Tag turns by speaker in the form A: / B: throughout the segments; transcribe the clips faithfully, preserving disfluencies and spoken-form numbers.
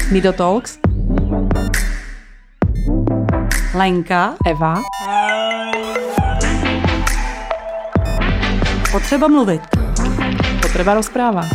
A: Nido Talks, Lenka, Eva. Potřeba mluvit. Potřeba rozprávat.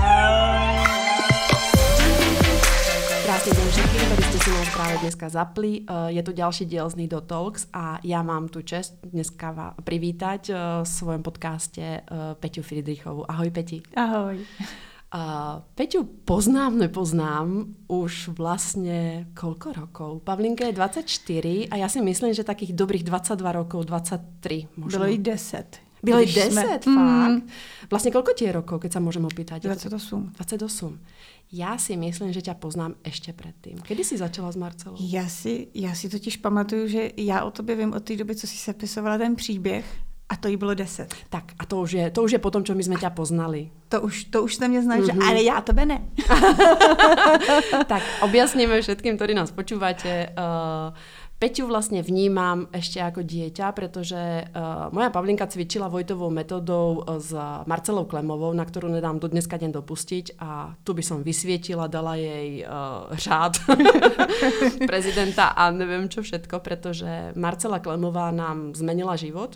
B: Krásný den všetkým, ktorí ste si nás práve dneska zapli. Je tu ďalší diel z Nido Talks a ja mám tu čest dneska privítať v svojom podcaste Peťu Friedrichovú. Ahoj, Peti.
C: Ahoj.
B: Uh, Peťu poznám, nepoznám už vlastne koľko rokov? Pavlinka je dvadsaťštyri a ja si myslím, že takých dobrých dvadsaťdva rokov, dvadsaťtri možno.
C: Bylo jí deset.
B: Bylo jí deset,
C: jsme...
B: fakt?
C: Mm.
B: Vlastne koľko ti je rokov, keď sa môžem opýtať?
C: dvadsaťosem.
B: dvadsaťosem. Já si myslím, že ťa poznám ještě předtím. Kdy jsi začala s Marcelou?
C: Já si, já si totiž pamatuju, že já o tobě vím od té doby, co jsi sepisovala ten příběh, a to jí bylo deset.
B: Tak a to už je, to už je potom, čo my jsme ťa poznali.
C: To už, to už jste mě znali,
B: mm-hmm.
C: že ale já tebe ne.
B: Tak objasníme všetkým, ktorí nás počúvate. Uh, Peťu vlastne vnímam ešte ako dieťa, pretože uh, moja Pavlinka cvičila Vojtovou metodou s Marcelou Klemovou, na ktorú nedám do dneska deň dopustiť a tu by som vysvietila, dala jej uh, řád prezidenta a neviem čo všetko, pretože Marcela Klemová nám zmenila život.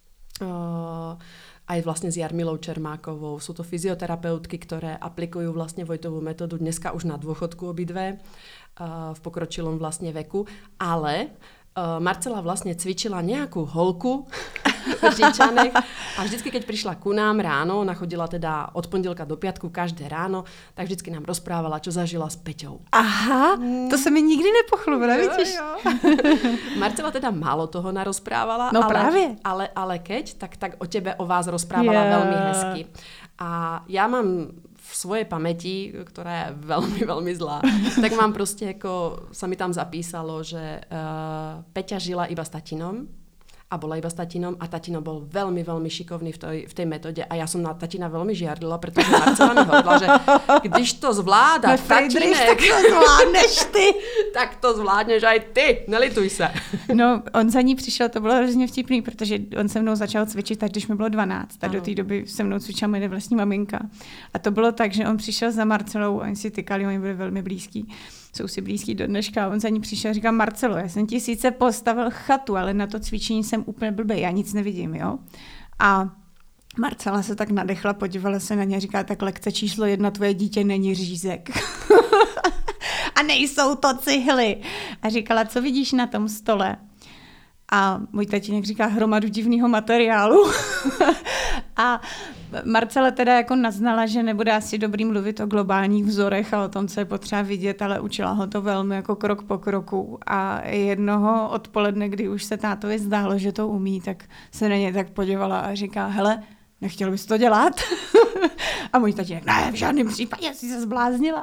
B: Uh, aj vlastne s Jarmilou Čermákovou. Sú to fyzioterapeutky, ktoré aplikujú vlastne Vojtovú metódu dneska už na dôchodku obidve v pokročilom vlastne veku, ale uh, Marcela vlastne cvičila nejakú holku v Žičanech a vždycky, keď prišla ku nám ráno, ona chodila teda od pondelka do piatku každé ráno, tak vždycky nám rozprávala, čo zažila s Peťou.
C: Aha, to se mi nikdy nepochlubila, vidíš?
B: Marcela teda málo toho narozprávala,
C: no,
B: ale,
C: právě.
B: ale, ale keď, tak, tak o tebe, o vás rozprávala yeah. veľmi hezky. A ja mám v svojej pamäti, ktorá je veľmi, veľmi zlá, tak mám proste ako, sa mi tam zapísalo, že uh, Peťa žila iba s tatinom a bola iba s tatinom a tatino bol veľmi, veľmi šikovný v tej, v tej metóde a ja som na tatina veľmi žiardila, pretože Marcela mi hovorila, že když to zvláda tatínek,
C: tak to zvládneš ty.
B: Tak to zvládneš aj ty, nelituj se.
C: No, on za ní přišel, to bylo hrozně vtipný, protože on se mnou začal cvičit, až když mi bylo dvanáct. A do té doby se mnou cvičila moje vlastní maminka. A to bylo tak, že on přišel za Marcelou, oni si tykali, oni byli velmi blízký. Jsou si blízký do dneška. On za ní přišel a říká, Marcelo, já jsem ti sice postavil chatu, ale na to cvičení jsem úplně blbej, já nic nevidím, jo. A Marcela se tak nadechla, podívala se na ně a říká, tak lekce číslo jedna, tvoje dítě není řízek. A nejsou to cihly. A říkala, co vidíš na tom stole? A můj tatínek říká, hromadu divného materiálu. A Marcela teda jako naznala, že nebude asi dobrý mluvit o globálních vzorech a o tom, co je potřeba vidět, ale učila ho to velmi jako krok po kroku. A jednoho odpoledne, kdy už se tátovi zdálo, že to umí, tak se na ně tak podívala a říká, hele, nechtěl bys to dělat? A můj tatínek, ne, v žádném případě, jsi se zbláznila.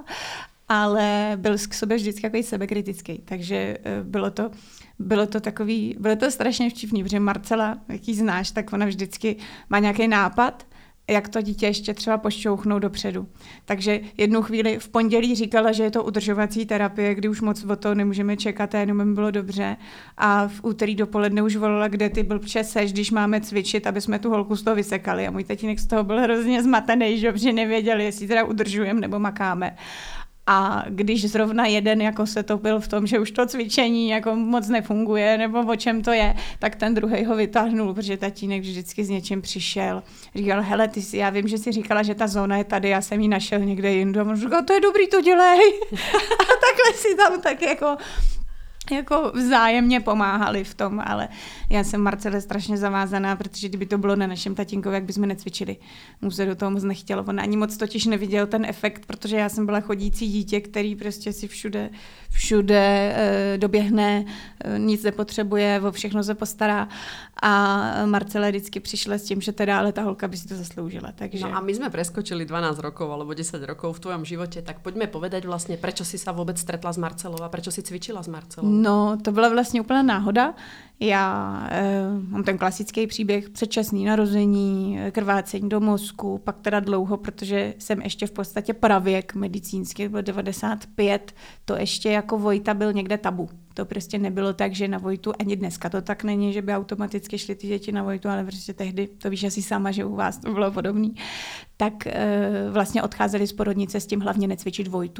C: Ale byl k sobě vždycky takový sebekritický, takže bylo to, bylo to takový, bylo to strašně vtipný, protože Marcela, jak ji znáš, tak ona vždycky má nějaký nápad, jak to dítě ještě třeba pošťouchnout dopředu. Takže jednu chvíli v pondělí říkala, že je to udržovací terapie, kdy už moc o to nemůžeme čekat a jenom bylo dobře. A v úterý dopoledne už volala, kde ty blbče seš, když máme cvičit, aby jsme tu holku z toho vysekali. A můj tatínek z toho byl hrozně zmatený, že protože nevěděl, jestli teda udržujeme nebo makáme. A když zrovna jeden jako se topil v tom, že už to cvičení jako moc nefunguje, nebo o čem to je, tak ten druhej ho vytáhnul, protože tatínek vždycky s něčím přišel. Říkal, hele, ty si, já vím, že jsi říkala, že ta zóna je tady, já jsem ji našel někde jinde. A on říkal, to je dobrý, to dělej. A takhle si tam tak jako... jako vzájemně pomáhali v tom, ale já jsem Marcele strašně zavázaná, protože kdyby to bylo na našem tatínkovi, jak bychom necvičili. Mu se do toho moc nechtělo. On ani moc totiž neviděl ten efekt, protože já jsem byla chodící dítě, který prostě si všude, všude e, doběhne, e, nic nepotřebuje, o všechno se postará. A Marcela vždycky přišla s tím, že teda, ale ta holka by si to zasloužila. Takže...
B: No a my jsme preskočili dvanásť rokov alebo desať rokov v tvojom živote, tak poďme povedať vlastne, prečo si sa vôbec stretla s Marcelou a prečo si cvičila s Marcelou?
C: No, to byla vlastně úplná náhoda. Já e, mám ten klasický příběh, předčasný narození, krvácení do mozku, pak teda dlouho, protože jsem ještě v podstatě pravěk medicínský, byl devadesát pět, to ještě jako Vojta byl někde tabu. To prostě nebylo tak, že na Vojtu, ani dneska to tak není, že by automaticky šly ty děti na Vojtu, ale prostě tehdy, to víš asi sama, že u vás to bylo podobný, tak e, vlastně odcházeli z porodnice s tím hlavně necvičit Vojtu.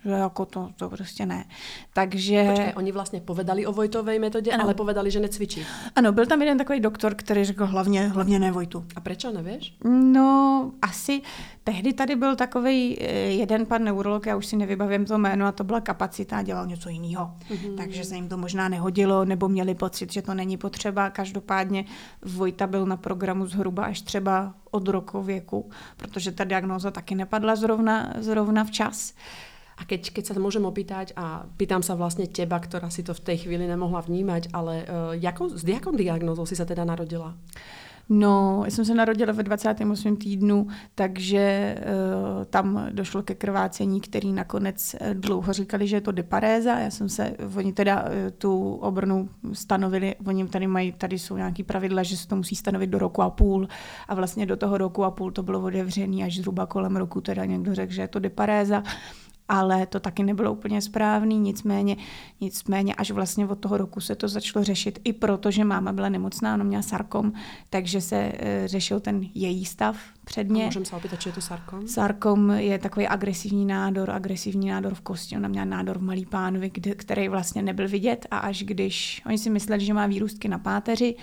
C: že jako to, to prostě ne. Takže...
B: Počkej, oni vlastně povedali o Vojtovej metodě, ano. ale povedali, že necvičí.
C: Ano, byl tam jeden takový doktor, který řekl hlavně, hlavně ne Vojtu.
B: A prečo, nevíš?
C: No, asi tehdy tady byl takový jeden pan neurolog, já už si nevybavím to jméno, a to byla kapacita, dělal něco jiného. Mm-hmm. Takže se jim to možná nehodilo, nebo měli pocit, že to není potřeba. Každopádně Vojta byl na programu zhruba až třeba od roku věku, protože ta diagnóza taky nepadla zrovna, zrovna včas.
B: A keď, keď sa môžem opýtať, a pýtam sa vlastne teba, ktorá si to v tej chvíli nemohla vnímať, ale uh, jakou, s jakou diagnózou si sa teda narodila?
C: No, já jsem se narodila ve dvacátém osmém týdnu, takže uh, tam došlo ke krvácení, který nakonec dlouho říkali, že je to deparéza. Já jsem se, oni teda uh, tu obrnu stanovili, oni tady mají, tady jsou nějaký pravidla, že se to musí stanovit do roku a půl a vlastně do toho roku a půl to bylo otevřený, až zhruba kolem roku teda někdo řekl, že je to deparéza. Ale to taky nebylo úplně správný, nicméně, nicméně až vlastně od toho roku se to začalo řešit, i protože máma byla nemocná, ona měla sarkom, takže se e, řešil ten její stav předně.
B: A můžeme se opýtat, co je to sarkom?
C: Sarkom je takový agresivní nádor, agresivní nádor v kosti, ona měla nádor v malý pánvi, který vlastně nebyl vidět a až když, oni si mysleli, že má výrůstky na páteři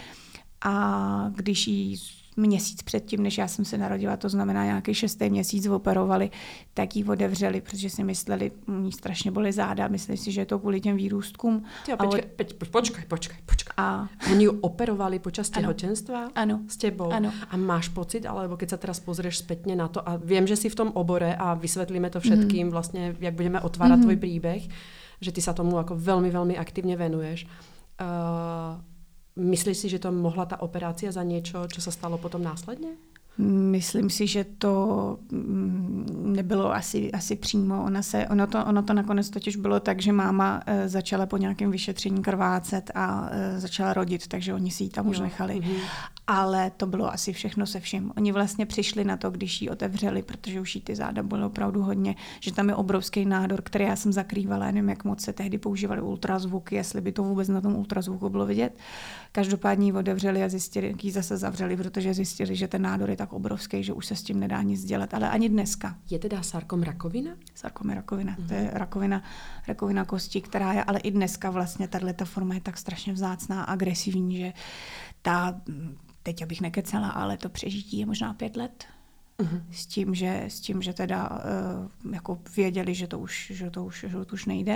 C: a když jí měsíc předtím, než já jsem se narodila, to znamená nějaký šestý měsíc operovali, tak ji otevřeli, protože si mysleli, jí strašně byly záda, mysleli si, že je to kvůli těm výrůstkům.
B: Tyjo, počkej,
C: od...
B: peč, počkej, počkej, počkej.
C: A...
B: Oni ju operovali počas tehotenstva?
C: Ano.
B: S tebou?
C: Ano.
B: A máš pocit, alebo keď sa teraz pozrieš spätne na to, a viem, že si v tom obore a vysvetlíme to všetkým, mm. vlastne, jak budeme otvárať mm. tvoj príbeh, že ty sa tomu ako veľmi, veľmi aktívne venuješ. Uh, Myslíš si, že to mohla ta operácia za niečo, čo sa stalo potom následně?
C: Myslím si, že to nebylo asi, asi přímo. Ona se, ono, to, ono to nakonec totiž bylo tak, že máma e, začala po nějakém vyšetření krvácet a e, začala rodit, takže oni si ji tam jo. už nechali. Mm-hmm. Ale to bylo asi všechno se vším. Oni vlastně přišli na to, když ji otevřeli, protože už jí ty záda bylo opravdu hodně, že tam je obrovský nádor, který já jsem zakrývala. Nevím, jak moc se tehdy používali ultrazvuky, jestli by to vůbec na tom ultrazvuku bylo vidět. Každopádně ji otevřeli a zjistili, ji zase zavřeli, protože zjistili, že ten nádor je tak obrovský, že už se s tím nedá nic dělat, ale ani dneska.
B: Je teda sarkom rakovina?
C: Sarkom je rakovina. Mm-hmm. To je rakovina, rakovina kosti, která je, ale i dneska vlastně tato forma je tak strašně vzácná, agresivní, že ta, teď abych nekecala, ale to přežití je možná pět let. Mm-hmm. S tím, že, s tím, že teda uh, jako věděli, že to už, že to už, že to už nejde.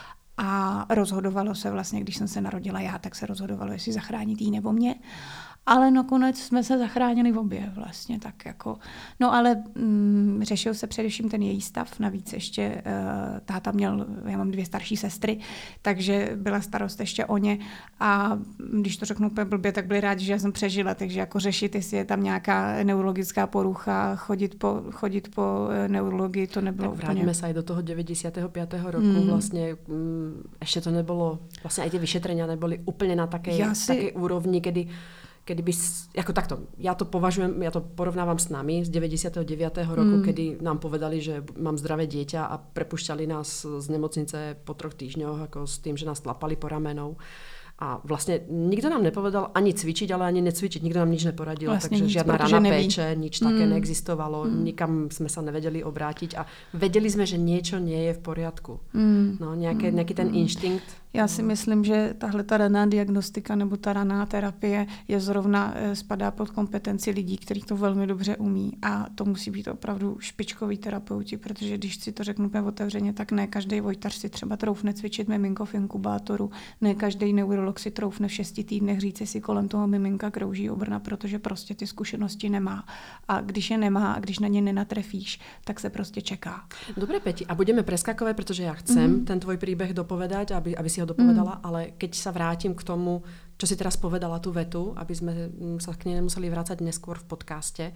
C: A rozhodovalo se vlastně, když jsem se narodila já, tak se rozhodovalo, jestli zachránit jí nebo mě. Ale nakonec jsme se zachránili obě vlastně, tak jako, no ale mm, řešil se především ten její stav, navíc ještě uh, táta měl, já mám dvě starší sestry, takže byla starost ještě o ně a když to řeknu úplně blbě, tak byli rádi, že já jsem přežila, takže jako řešit, jestli je tam nějaká neurologická porucha, chodit po, chodit po neurologii, to nebylo
B: tak
C: úplně.
B: vrátíme sa aj do toho deväťdesiateho piateho roku, mm. vlastne mm, ešte to nebolo, vlastne aj tie vyšetrenia neboli úplne na takej, si... takej úrovni, kedy kedy by, ako takto, ja to považujem, ja to porovnávam s nami z deväťdesiateho deviateho roku, mm. kedy nám povedali, že mám zdravé dieťa a prepušťali nás z nemocnice po troch týždňoch, ako s tým, že nás tlapali po ramenou. A vlastne nikto nám nepovedal ani cvičiť, ale ani necvičiť. Nikto nám nič neporadil, vlastne takže nic, žiadna rana péče, nič také mm. neexistovalo. Mm. Nikam sme sa nevedeli obrátiť a vedeli sme, že niečo nie je v poriadku. Mm. No, nejaké, nejaký ten inštinkt.
C: Já si myslím, že tahle ta raná diagnostika nebo ta raná terapie je zrovna, spadá pod kompetenci lidí, kteří to velmi dobře umí a to musí být opravdu špičkoví terapeuti, protože když si to řeknu otevřeně, tak ne každý vojtař si třeba troufne cvičit miminko v inkubátoru, ne každý neurolog si troufne v šesti týdnech říct, si kolem toho miminka krouží obrna, protože prostě ty zkušenosti nemá. A když je nemá a když na ně nenatrefíš, tak se prostě čeká.
B: Dobre, Peti, a budeme preskakovať, pretože ja chcem mm-hmm. ten tvoj príbeh dopovedať, aby, aby si ho dopovedala, mm. ale keď sa vrátim k tomu, čo si teraz povedala tú vetu, aby sme sa k nej nemuseli vrácať neskôr v podcaste,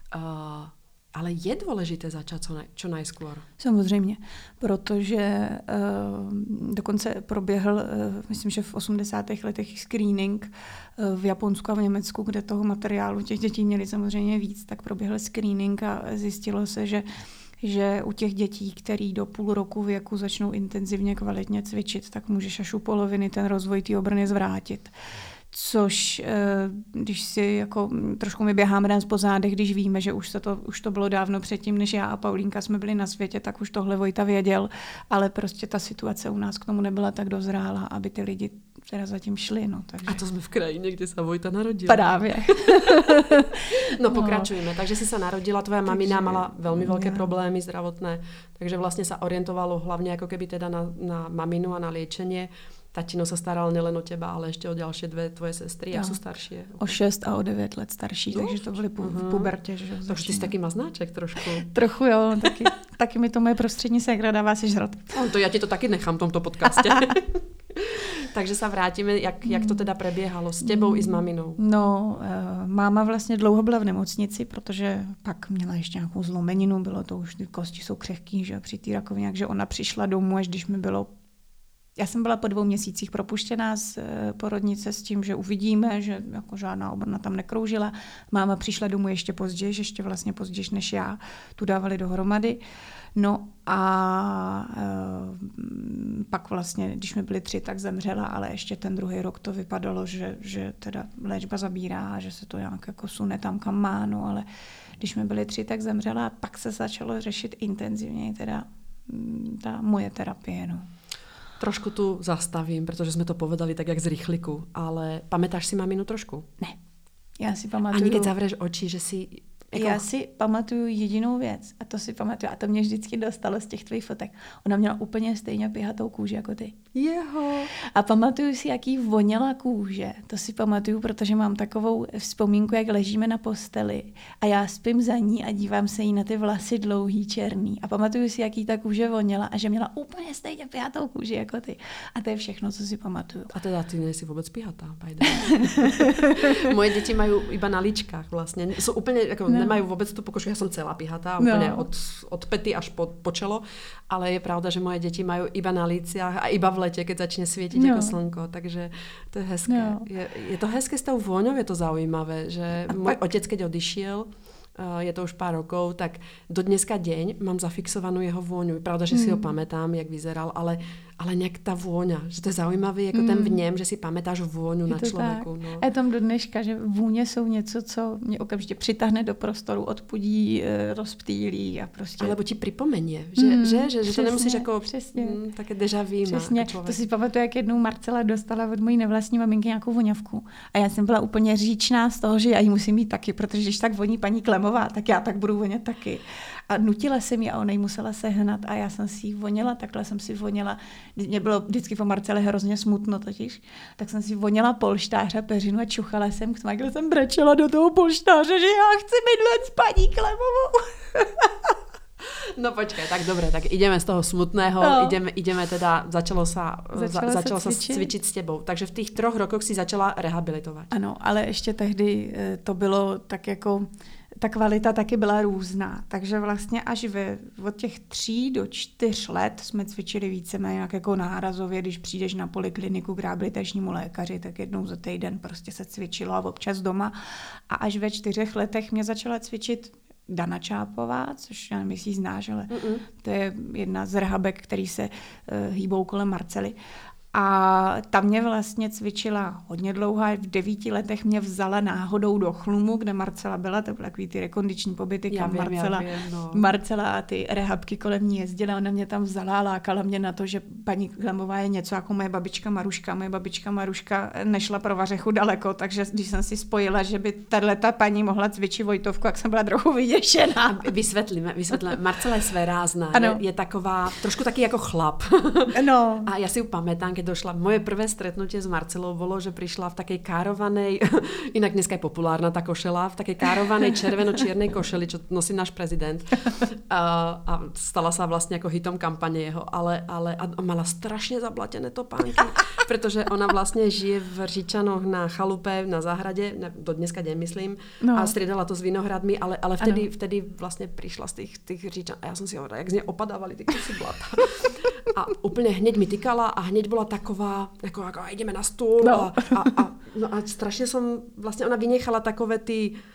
B: uh, ale je dôležité začať čo, čo najskôr.
C: Samozřejmě, protože uh, dokonce proběhl, uh, myslím, že v osmdesátých letech screening uh, v Japonsku a v Německu, kde toho materiálu těch dětí měli samozřejmě víc, tak proběhl screening a zjistilo se, že že u těch dětí, který do půl roku věku začnou intenzivně kvalitně cvičit, tak můžeš až u poloviny ten rozvoj té obrny zvrátit. Což, když si jako trošku mi běháme nás po zádech, když víme, že už, se to, už to bylo dávno předtím, než já a Paulínka jsme byli na světě, tak už tohle Vojta věděl, ale prostě ta situace u nás k tomu nebyla tak dozrála, aby ty lidi teda zatím šli. No, takže...
B: A to jsme v krajině, kde se Vojta narodila.
C: Právě.
B: No pokračujeme. No. Takže si se narodila, tvoja takže... mamina mala velmi velké
C: no.
B: problémy zdravotné, takže vlastně se orientovalo hlavně jako keby teda na, na maminu a na liečenie. Tatino sa staral nielen o teba, ale ešte o ďalšie dve tvoje sestry. Jak sú staršie?
C: O šest a o devět let starší, no, takže to byly pu- uh-huh. v pubertě. Že
B: to už ty jsi taký maznáček trošku.
C: Trochu jo, taky, taky mi to moje prostřední ségra dává si žrat.
B: No, to já ti to taky nechám v tomto podcaste. Takže sa vrátíme, jak, jak to teda prebiehalo s tebou i s maminou.
C: No, uh, máma vlastně dlouho byla v nemocnici, protože pak měla ještě nějakou zlomeninu, bylo to už, ty kosti jsou křehký, že při té rakovině, takže ona přišla domů, až když mi bylo Já jsem byla po dvou měsících propuštěná z porodnice s tím, že uvidíme, že jako žádná obrna tam nekroužila. Máma přišla domů ještě později, ještě vlastně později než já. Tu dávali dohromady. No a e, pak vlastně, když mi byli tři, tak zemřela, ale ještě ten druhý rok to vypadalo, že, že teda léčba zabírá, že se to nějak jako sune tam, kam má. No, ale když mi byli tři, tak zemřela a pak se začalo řešit intenzivně teda ta moje terapie. No.
B: Trošku tu zastavím, protože jsme to povedali tak, jak z rychliku, ale pamätáš si maminu trošku?
C: Ne. Já si pamatuju...
B: Ani keď zavřeš oči, že si...
C: Jako... Já si pamatuju jedinou věc, a to si pamatuju, a to mě vždycky dostalo z těch tvých fotek. Ona měla úplně stejně pihatou kůži jako ty.
B: Jeho.
C: A pamatuju si, jaký voněla kůže. To si pamatuju, protože mám takovou vzpomínku, jak ležíme na posteli a já spím za ní a dívám se jí na ty vlasy dlouhý, černý. A pamatuju si, jaký ta kůže voněla a že měla úplně stejně pihatou kůži jako ty. A to je všechno, co si pamatuju.
B: A teda ty nejsi vůbec pihatá, pajde. Moje děti mají iba na líčkách vlastně. Jsou úplně jako no. Nemajú vôbec tú pokožku, ja som celá pihatá, úplne
C: no.
B: od, od pety až po, po čelo, ale je pravda, že moje deti majú iba na líciach a iba v lete, keď začne svietiť no. ako slnko, takže to je hezké. No. Je, je to hezké s tou vôňou, je to zaujímavé, že a môj pak... otec, keď odišiel, je to už pár rokov, tak do dneska deň mám zafixovanú jeho vôňu. Pravda, že si mm. ho pamätám, jak vyzeral, ale, ale nejak tá vôňa, že to je zaujímavé, jako mm. ten vněm, že si pamätáš vôňu je na člověku. No.
C: A je tam do dneška, že vůně jsou něco, co mě okamžitě přitáhne do prostoru, odpudí, rozptýlí a prostě...
B: Alebo ti připomenie, že, mm, že, že, že to nemusíš jako mm, také déjà vu.
C: Přesně, to si pamatuju, jak jednou Marcela dostala od mojí nevlastní maminky nějakou voňavku. A já jsem byla úplně říčná z toho, že já ji musím mít taky, protože když tak voní paní Klemová, tak já tak budu vonět taky. A nutila jsem ji a ona ji musela sehnat a já jsem si ji voněla, takhle jsem si voněla. Mě bylo vždycky po Marcele hrozně smutno totiž, tak jsem si voněla polštář a peřinu a čuchala jsem k tomu, jak jsem brečela do toho polštáře, že já chci bydlet s paní Klemovou.
B: No počkej, tak dobré, tak ideme z toho smutného, no. ideme, ideme teda, začalo sa,
C: začalo
B: za, začalo
C: sa cvičiť.
B: cvičiť s tebou. Takže v tých troch rokoch si začala rehabilitovat.
C: Ano, ale ještě tehdy to bylo tak jako, ta kvalita taky byla různá. Takže vlastně až ve, od těch tří do čtyř let jsme cvičili víceméně nějak jako nárazově, když přijdeš na polikliniku k rehabilitačnímu lékaři, tak jednou za týden prostě se cvičilo a občas doma. A až ve čtyřech letech mě začala cvičit Dana Čápová, což já nevím, jestli ji znáš, ale Mm-mm. to je jedna z rehabek, který se uh, hýbou kolem Marcely. A ta mě vlastně cvičila hodně dlouho a v devíti letech mě vzala náhodou do Chlumu, kde Marcela byla, to byly takový ty rekondiční pobyty, kam vím, Marcela, vím, no. Marcela a ty rehabky kolem ní jezdila, ona mě tam vzala a lákala mě na to, že paní Klemová je něco jako moje babička Maruška. Moje babička Maruška nešla pro vařechu daleko, takže když jsem si spojila, že by tato paní mohla cvičit Vojtovku, jak jsem byla trochu vyděšená.
B: Vysvětlíme, vysvětlíme. Marcela je svérázná, je, je taková, trošku taky jako chlap.
C: No.
B: A já si ju pamätám, keď došla, moje prvé stretnutie s Marcelou bolo, že prišla v takej károvanej, inak dneska je populárna tá košela, v takej károvanej červeno-čiernej košeli, čo nosí náš prezident. A, a stala sa vlastne ako hitom kampane jeho, ale, ale a mala strašne zablatené topánky, pretože ona vlastne žije v Říčanoch na chalupe, na záhrade, do dneska deň myslím, no. A striedala to s vinohradmi, ale, ale vtedy, vtedy vlastne prišla z tých, tých Říčan a ja som si hovorila, jak z nej opadávali ty kusy blata. A úplne hneď mi tykala a hneď bola taková, jako, jako ideme na stůl no. a, a, a, no a strašne som, vlastne ona vynechala takové ty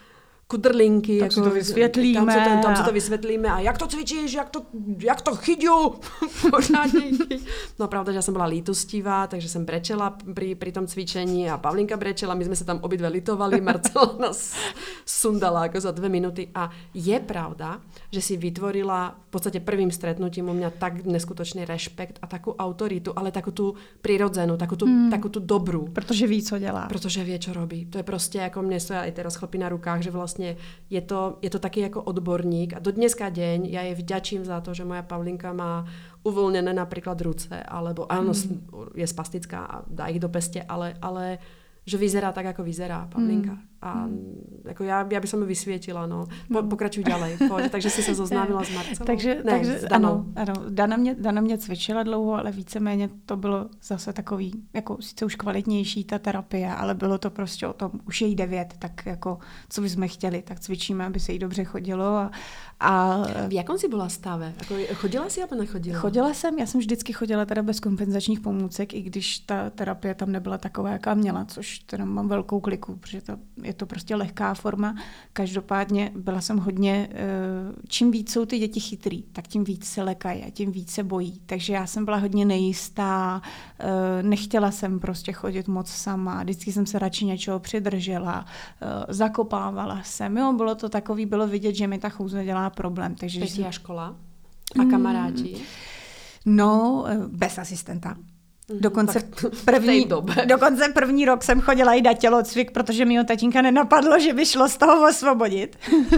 B: kudrlinky.
C: Tam
B: jako,
C: si to vysvětlíme.
B: Tam, se to, tam si to vysvětlíme a jak to cvičíš, jak to, jak to chyďu. No pravda, že ja som bola lítostivá, takže som brečela pri, pri tom cvičení a Pavlinka brečela, my sme sa tam obidve litovali, Marcela nás sundala ako za dve minúty. A je pravda, že si vytvorila v podstate prvým stretnutím u mňa tak neskutočný rešpekt a takú autoritu, ale takú tú prirodzenú, takú tú, mm. takú tú dobrú.
C: Protože ví, co dělá.
B: Protože vie, čo robí. To je prostě jako mne stojí aj teraz chlpy na rukách, že vlastne je to, je to taký jako odborník a do dneska deň ja jej vďačím za to, že moja Pavlinka má uvoľnené napríklad ruce, alebo áno, mm. je spastická a dá ich do peste, ale, ale že vyzerá tak, ako vyzerá Pavlinka. Mm. A jako já, já by som ju vysvětila, no. Po, pokračuj ďalej, pojď. Takže si se zoznámila s Marcelou?
C: Takže,
B: ne,
C: takže
B: s Danou.
C: Ano, ano. Dana, mě, Dana mě cvičila dlouho, ale víceméně to bylo zase takový, jako sice už kvalitnější ta terapie, ale bylo to prostě o tom, už je jí devět, tak jako, co bychom chtěli, tak cvičíme, aby se jí dobře chodilo. A, a
B: v jakom si byla stave? Jako, chodila si, nebo nechodila?
C: Chodila jsem, já jsem vždycky chodila teda bez kompenzačních pomůcek, i když ta terapie tam nebyla taková, jaká měla, což teda mám velkou kliku, protože to je to prostě lehká forma. Každopádně byla jsem hodně, čím víc jsou ty děti chytrý, tak tím víc se lekají a tím víc se bojí. Takže já jsem byla hodně nejistá, nechtěla jsem prostě chodit moc sama, vždycky jsem se radši něčeho přidržela, zakopávala jsem. Jo, bylo to takový, bylo vidět, že mi ta chůze dělá problém. Takže
B: Petia škola a kamaráti?
C: No, bez asistenta. Dokonce první, dokonce první rok jsem chodila i na tělocvik, protože mýho tatínka nenapadlo, že by šlo z toho osvobodit.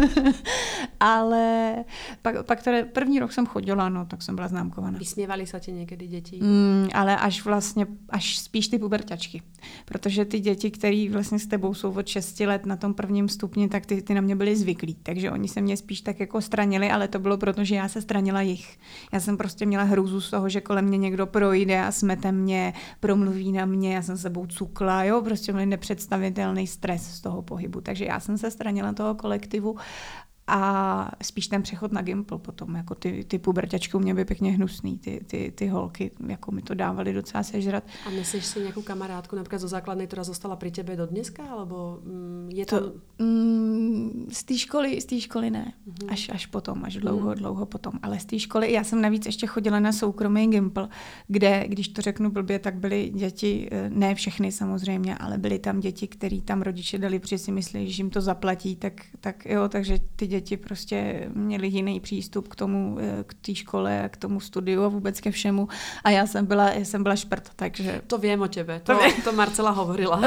C: Ale pak, pak tedy první rok jsem chodila, no, tak jsem byla známkovaná.
B: Vysměvali se ti někdy děti?
C: Mm, ale až vlastně, až spíš ty puberťačky. Protože ty děti, které vlastně s tebou jsou od šesti let na tom prvním stupni, tak ty, ty na mě byly zvyklí. Takže oni se mě spíš tak jako stranili, ale to bylo proto, že já se stranila jich. Já jsem prostě měla hrůzu z toho, že kolem mě někdo projde a smete mě, promluví na mě, já jsem sebou cukla, jo, prostě měl nepředstavitelný stres z toho pohybu. Takže já jsem se stranila toho kolektivu a spíš ten přechod na Gimpl potom, jako ty, ty puberťačky u mě by pěkně hnusný, ty, ty, ty holky, jako mi to dávali docela sežrat.
B: A myslíš si nějakou kamarádku, například zo základnej, která zostala pri tebe do dneska, alebo mm, je to...
C: to mm, z té školy, z té školy ne, mm-hmm. až, až potom, až dlouho, mm-hmm. dlouho potom, ale z té školy, já jsem navíc ještě chodila na soukromý Gimpl, kde, když to řeknu blbě, tak byly děti, ne všechny samozřejmě, ale byly tam děti, který tam rodiče dali, protože si mysleli, že jim to zaplatí, tak, tak jo, takže ty děti prostě měli jiný přístup k tomu, k té škole a k tomu studiu a vůbec ke všemu. A já jsem byla, já jsem byla šprt, takže...
B: To vím o tebe, to, to Marcela hovorila.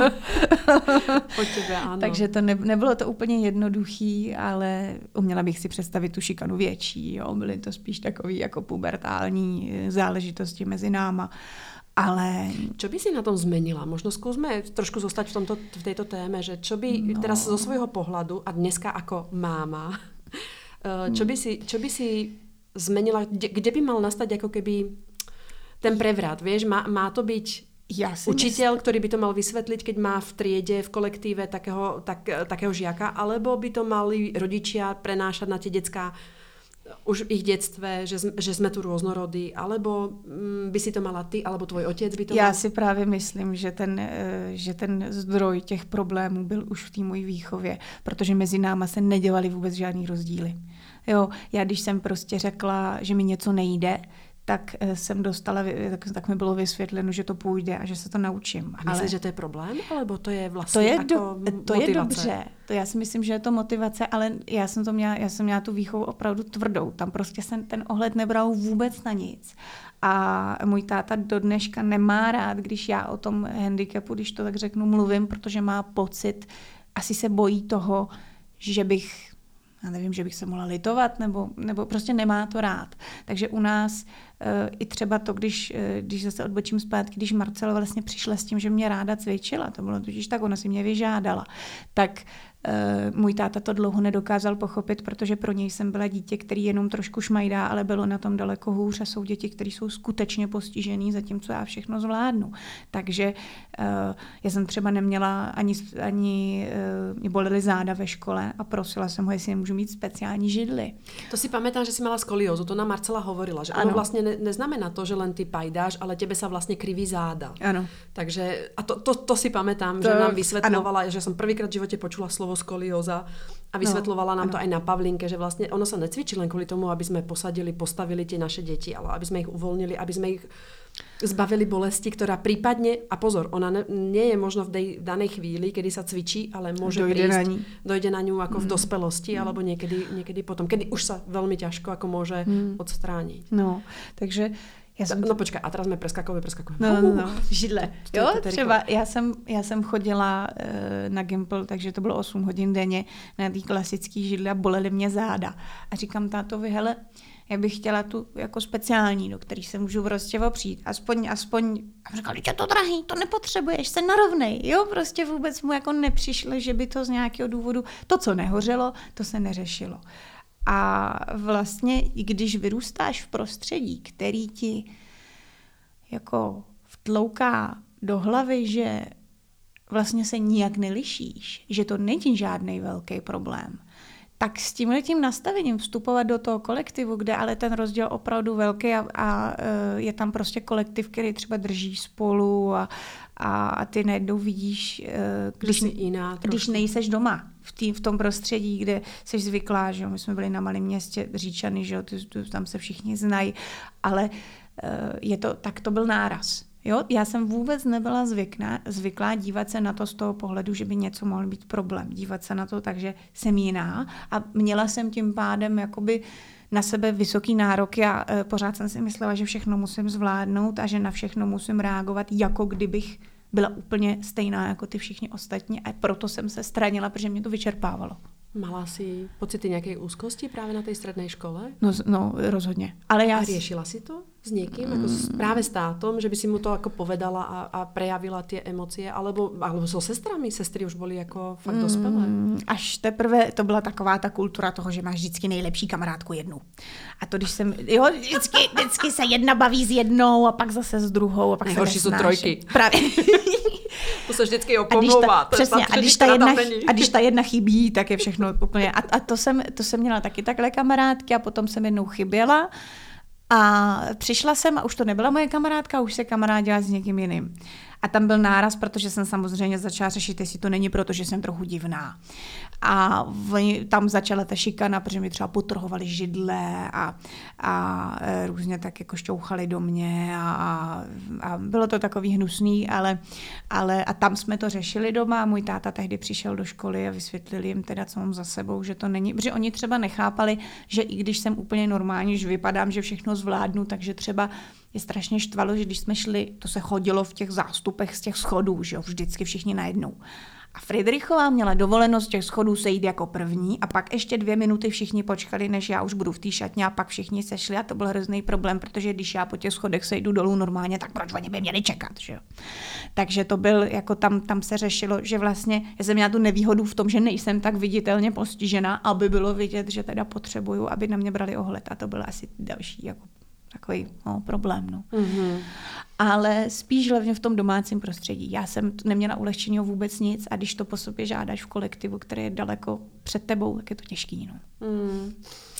B: O tebe, ano.
C: Takže to ne, nebylo to úplně jednoduchý, ale uměla bych si představit tu šikanu větší, jo. Byly to spíš takový jako pubertální záležitosti mezi náma. Ale...
B: Čo by si na tom zmenila? Možno skúsme trošku zostať v, tomto, v tejto téme, že čo by no. teraz zo svojho pohľadu a dneska ako máma, čo by si, čo by si zmenila, kde, kde by mal nastať ako keby ten prevrat, vieš? Má, má to byť
C: ja
B: učitel, ktorý by to mal vysvetliť, keď má v triede, v kolektíve takého, tak, takého žiaka, alebo by to mali rodičia prenášať na tie decká už v ich detstve, že, že jsme tu různorodí, alebo by si to mala ty, alebo tvoj otec by to
C: Já
B: mal?
C: si právě myslím, že ten, že ten zdroj těch problémů byl už v té mojí výchově, protože mezi náma se nedělaly vůbec žádný rozdíly. Jo, já když jsem prostě řekla, že mi něco nejde, tak jsem dostala, tak, tak mi bylo vysvětleno, že to půjde a že se to naučím.
B: A myslíš, ale... že to je problém? Alebo to je vlastně
C: to je
B: jako
C: do, to
B: motivace?
C: Je dobře. To já si myslím, že je to motivace, ale já jsem to měla, já jsem měla tu výchovu opravdu tvrdou. Tam prostě jsem ten ohled nebral vůbec na nic. A můj táta do dneška nemá rád, když já o tom handicapu, když to tak řeknu, mluvím, protože má pocit, asi se bojí toho, že bych já nevím, že bych se mohla litovat, nebo, nebo prostě nemá to rád. Takže u nás e, i třeba to, když, e, když zase odbočím zpátky, když Marcela vlastně přišla s tím, že mě ráda cvičila, to bylo totiž tak, ona si mě vyžádala, tak e, můj táta to dlouho nedokázal pochopit, protože pro něj jsem byla dítě, který jenom trošku šmajdá, ale bylo na tom daleko hůř a jsou děti, které jsou skutečně postižený, zatímco já všechno zvládnu. Takže e, já jsem třeba neměla ani, ani e, mě bolely záda ve škole a prosila jsem ho, jestli můžu mít speciální židli.
B: To si pamätám, že si mala skoliózu, to nám Marcela hovorila, že ano. Ono vlastne ne, neznamená to, že len ty pajdáš, ale tebe sa vlastne kriví záda.
C: Áno.
B: Takže, a to, to, to si pamätám, to, že nám vysvetľovala, ano. Že som prvýkrát v živote počula slovo skolióza. A vysvetľovala nám to aj na Pavlinke, že vlastne ono sa necvičí len kvôli tomu, aby sme posadili, postavili tie naše deti, ale aby sme ich uvoľnili, aby sme ich zbavili bolesti, ktorá prípadne, a pozor, ona ne, nie je možno v dej, danej chvíli, kedy sa cvičí, ale môže
C: dojde
B: prísť,
C: na ní.
B: dojde na ňu ako mm. v dospelosti,
C: mm.
B: alebo niekedy, niekedy potom, kedy už sa veľmi ťažko ako môže mm. odstrániť.
C: No, takže já jsem...
B: No počkej, a teraz jsme preskakové, preskakové.
C: No, no, no, židle. Jo, třeba já jsem, já jsem chodila uh, na Gimple, takže to bylo osm hodin denně na té klasické židle a bolely mě záda. A říkám tátovi, hele, já bych chtěla tu jako speciální, do který se můžu prostě opřít. Aspoň, aspoň, a říkal, je to drahý, to nepotřebuješ, se narovnej. Jo, prostě vůbec mu jako nepřišlo, že by to z nějakého důvodu, to, co nehořelo, to se neřešilo. A vlastně, i když vyrůstáš v prostředí, který ti jako vtlouká do hlavy, že vlastně se nijak nelišíš, že to není žádný velký problém, tak s tímhletím nastavením vstupovat do toho kolektivu, kde ale ten rozdíl opravdu velký a, a je tam prostě kolektiv, který třeba drží spolu a, a, a ty najednou vidíš, když,
B: jiná,
C: když nejseš doma v, tý, v tom prostředí, kde jsi zvyklá, že my jsme byli na malém městě Říčany, že ty, tam se všichni znají, ale je to, tak to byl náraz. Jo? Já jsem vůbec nebyla zvykná, zvyklá dívat se na to z toho pohledu, že by něco mohl být problém. Dívat se na to tak, že jsem jiná a měla jsem tím pádem jakoby na sebe vysoký nároky a e, pořád jsem si myslela, že všechno musím zvládnout a že na všechno musím reagovat, jako kdybych byla úplně stejná jako ty všichni ostatní a proto jsem se stranila, protože mě to vyčerpávalo.
B: Mala si pocity nějaké úzkosti právě na té střední škole?
C: No, no rozhodně. Ale já...
B: A riešila si to s niekým? Mm. Ako práve s tátom? Že by si mu to ako povedala a, a prejavila tie emócie? Alebo, alebo so sestrami? Sestry už boli ako fakt dospelé?
C: Mm, až teprve to byla taková ta kultura toho, že máš vždycky nejlepší kamarádku jednu. A to, když jsem... Jo, vždycky, vždycky se jedna baví s jednou a pak zase s druhou a pak
B: nejhorší
C: se
B: jsou trojky.
C: Právě.
B: To se vždycky opomlouvá.
C: Přesně, a když, ta jedna, a když ta jedna chybí, tak je všechno úplně... A, a to, jsem, to jsem měla taky takhle kamarádky a potom jsem jednou chyběla a přišla jsem a už to nebyla moje kamarádka, už se kamarádila s někým jiným. A tam byl náraz, protože jsem samozřejmě začala řešit, jestli to není proto, že jsem trochu divná. A tam začala ta šikana, protože mi třeba potrhovali židle a, a různě tak jako šťouchali do mě a, a bylo to takový hnusný, ale, ale a tam jsme to řešili doma. Můj táta tehdy přišel do školy a vysvětlili jim teda, co mám za sebou, že to není, protože oni třeba nechápali, že i když jsem úplně normální, že vypadám, že všechno zvládnu, takže třeba je strašně štvalo, že když jsme šli, to se chodilo v těch zástupech z těch schodů, že jo, vždycky všichni najednou. A Friedrichová měla dovolenost z těch schodů sejít jako první a pak ještě dvě minuty všichni počkali, než já už budu v té šatně a pak všichni sešli a to byl hrozný problém, protože když já po těch schodech sejdu dolů normálně, tak proč oni by měli čekat, že jo. Takže to byl, jako tam, tam se řešilo, že vlastně já jsem měla tu nevýhodu v tom, že nejsem tak viditelně postižená, aby bylo vidět, že teda potřebuju, aby na mě brali ohled a to byl asi další jako takový no, problém. No. Mm-hmm. Ale spíš hlavně v tom domácím prostředí. Já jsem neměla ulehčeného vůbec nic a když to po sobě žádáš v kolektivu, který je daleko před tebou, tak je to těžký. No. Mm.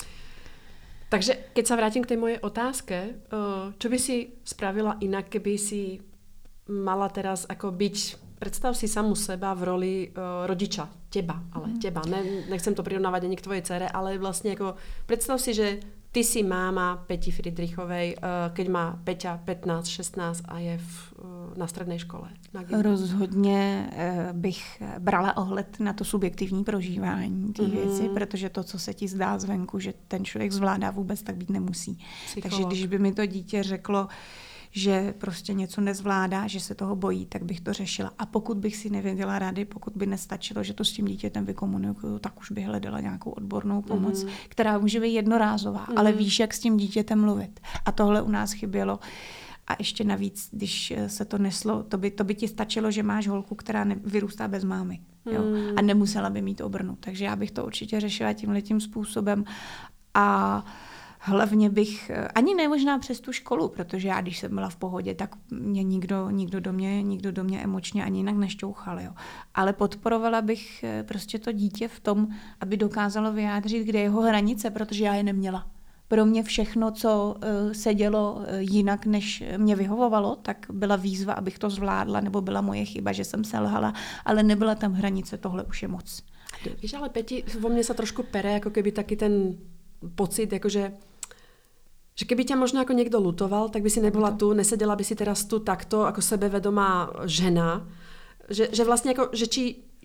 B: Takže keď sa vrátim k tej mojej otázke, čo by si spravila inak, keby si mala teraz ako byť, predstav si samu seba v roli rodiča, teba, ale mm. teba. Ne, nechcem to prirovnávať ani k tvojej dcere, ale vlastne ako predstav si, že ty si máma Peti Friedrichovej, keď má Peťa pätnásť šestnásť a je v, na střední škole. Na
C: Rozhodně bych brala ohled na to subjektivní prožívání té mm-hmm. věci, protože to, co se ti zdá zvenku, že ten člověk zvládá, vůbec tak být nemusí. Psycholog. Takže když by mi to dítě řeklo, že prostě něco nezvládá, že se toho bojí, tak bych to řešila. A pokud bych si nevěděla rady, pokud by nestačilo, že to s tím dítětem vykomunikuju, tak už bych hledala nějakou odbornou pomoc, mm. která může být jednorázová, mm. ale víš, jak s tím dítětem mluvit. A tohle u nás chybělo. A ještě navíc, když se to neslo, to by, to by ti stačilo, že máš holku, která ne, vyrůstá bez mámy. Jo? Mm. A nemusela by mít obrnu. Takže já bych to určitě řešila tímhletím způsobem. A hlavně bych, ani ne možná přes tu školu, protože já, když jsem byla v pohodě, tak mě nikdo, nikdo, do, mě, nikdo do mě emočně ani jinak nešťouchal. Jo. Ale podporovala bych prostě to dítě v tom, aby dokázalo vyjádřit, kde je jeho hranice, protože já je neměla. Pro mě všechno, co se dělo jinak, než mě vyhovovalo, tak byla výzva, abych to zvládla, nebo byla moje chyba, že jsem selhala, ale nebyla tam hranice, tohle už je moc.
B: Víš, ale Peti, vo mne sa trošku pere, ako keby taký ten pocit, akože že keby ťa možno ako niekto lutoval, tak by si nebola tu, nesedela by si teraz tu takto ako sebevedomá žena. Že, že vlastne ako, že či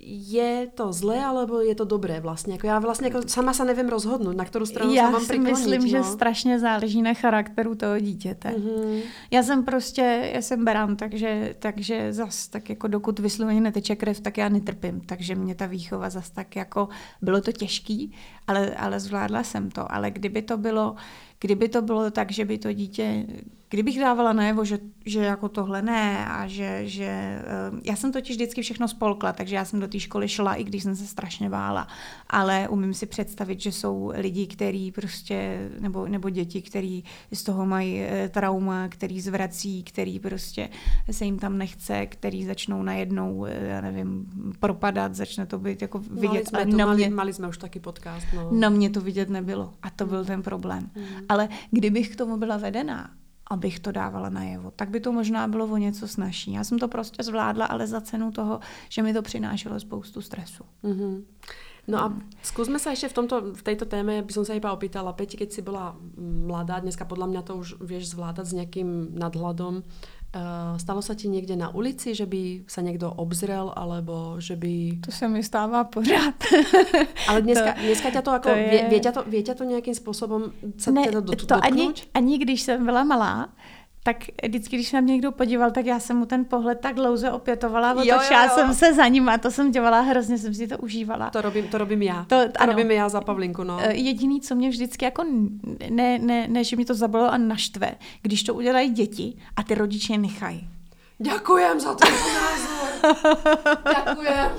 B: je to zlé, alebo je to dobré vlastně. Jako já vlastně jako sama se nevím rozhodnout, na kterou stranu
C: já
B: se mám přiklonit.
C: Já si myslím,
B: no.
C: že strašně záleží na charakteru toho dítěte. Mm-hmm. Já jsem prostě, já jsem beran, takže, takže zas tak jako dokud vysloveně neteče krev, tak já netrpím. Takže mě ta výchova zas tak jako, bylo to těžký, ale, ale zvládla jsem to. Ale kdyby to bylo, kdyby to bylo tak, že by to dítě, kdybych dávala najevo, že, že jako tohle ne a že, že já jsem totiž vždycky všechno spolkla, takže já jsem do té školy šla, i když jsem se strašně bála, ale umím si představit, že jsou lidi, kteří prostě, nebo, nebo děti, kteří z toho mají trauma, který zvrací, který prostě se jim tam nechce, který začnou najednou, já nevím, propadat, začne to být jako vidět.
B: Mali jsme, to, mali, mali jsme už taky podcast. No.
C: Na mě to vidět nebylo a to byl ten problém. Mm. Ale kdybych k tomu byla vedená, abych to dávala najevo, tak by to možná bylo o něco snazší. Já jsem to prostě zvládla, ale za cenu toho, že mi to přinášelo spoustu stresu.
B: Mm-hmm. No a skúsme sa ešte v, tomto, v tejto téme, by som sa iba opýtala, Peti, keď si bola mladá, dneska podľa mňa to už vieš zvládať s nejakým nadhľadom. Uh, stalo sa ti niekde na ulici, že by sa niekto obzrel, alebo že by...
C: To sa mi stává pořád.
B: Ale dneska, to, dneska ťa to ako... To je... vie, vie, ťa to, vie ťa to nejakým spôsobom sa
C: ne,
B: teda dot,
C: to
B: dotknúť?
C: Ani, ani když jsem byla malá, tak vždycky, když se na mě někdo podíval, tak já jsem mu ten pohled tak dlouze opětovala, otočila jsem se za ním a to jsem dělala, hrozně jsem si to užívala.
B: To robím, to robím já.
C: To,
B: to robím já za Pavlinku, no.
C: Jediný, co mě vždycky jako, ne, ne, ne, že mi to zabolelo a naštve, když to udělají děti a ty rodiče nechají.
B: Ďakujem za tento názor. Ďakujem.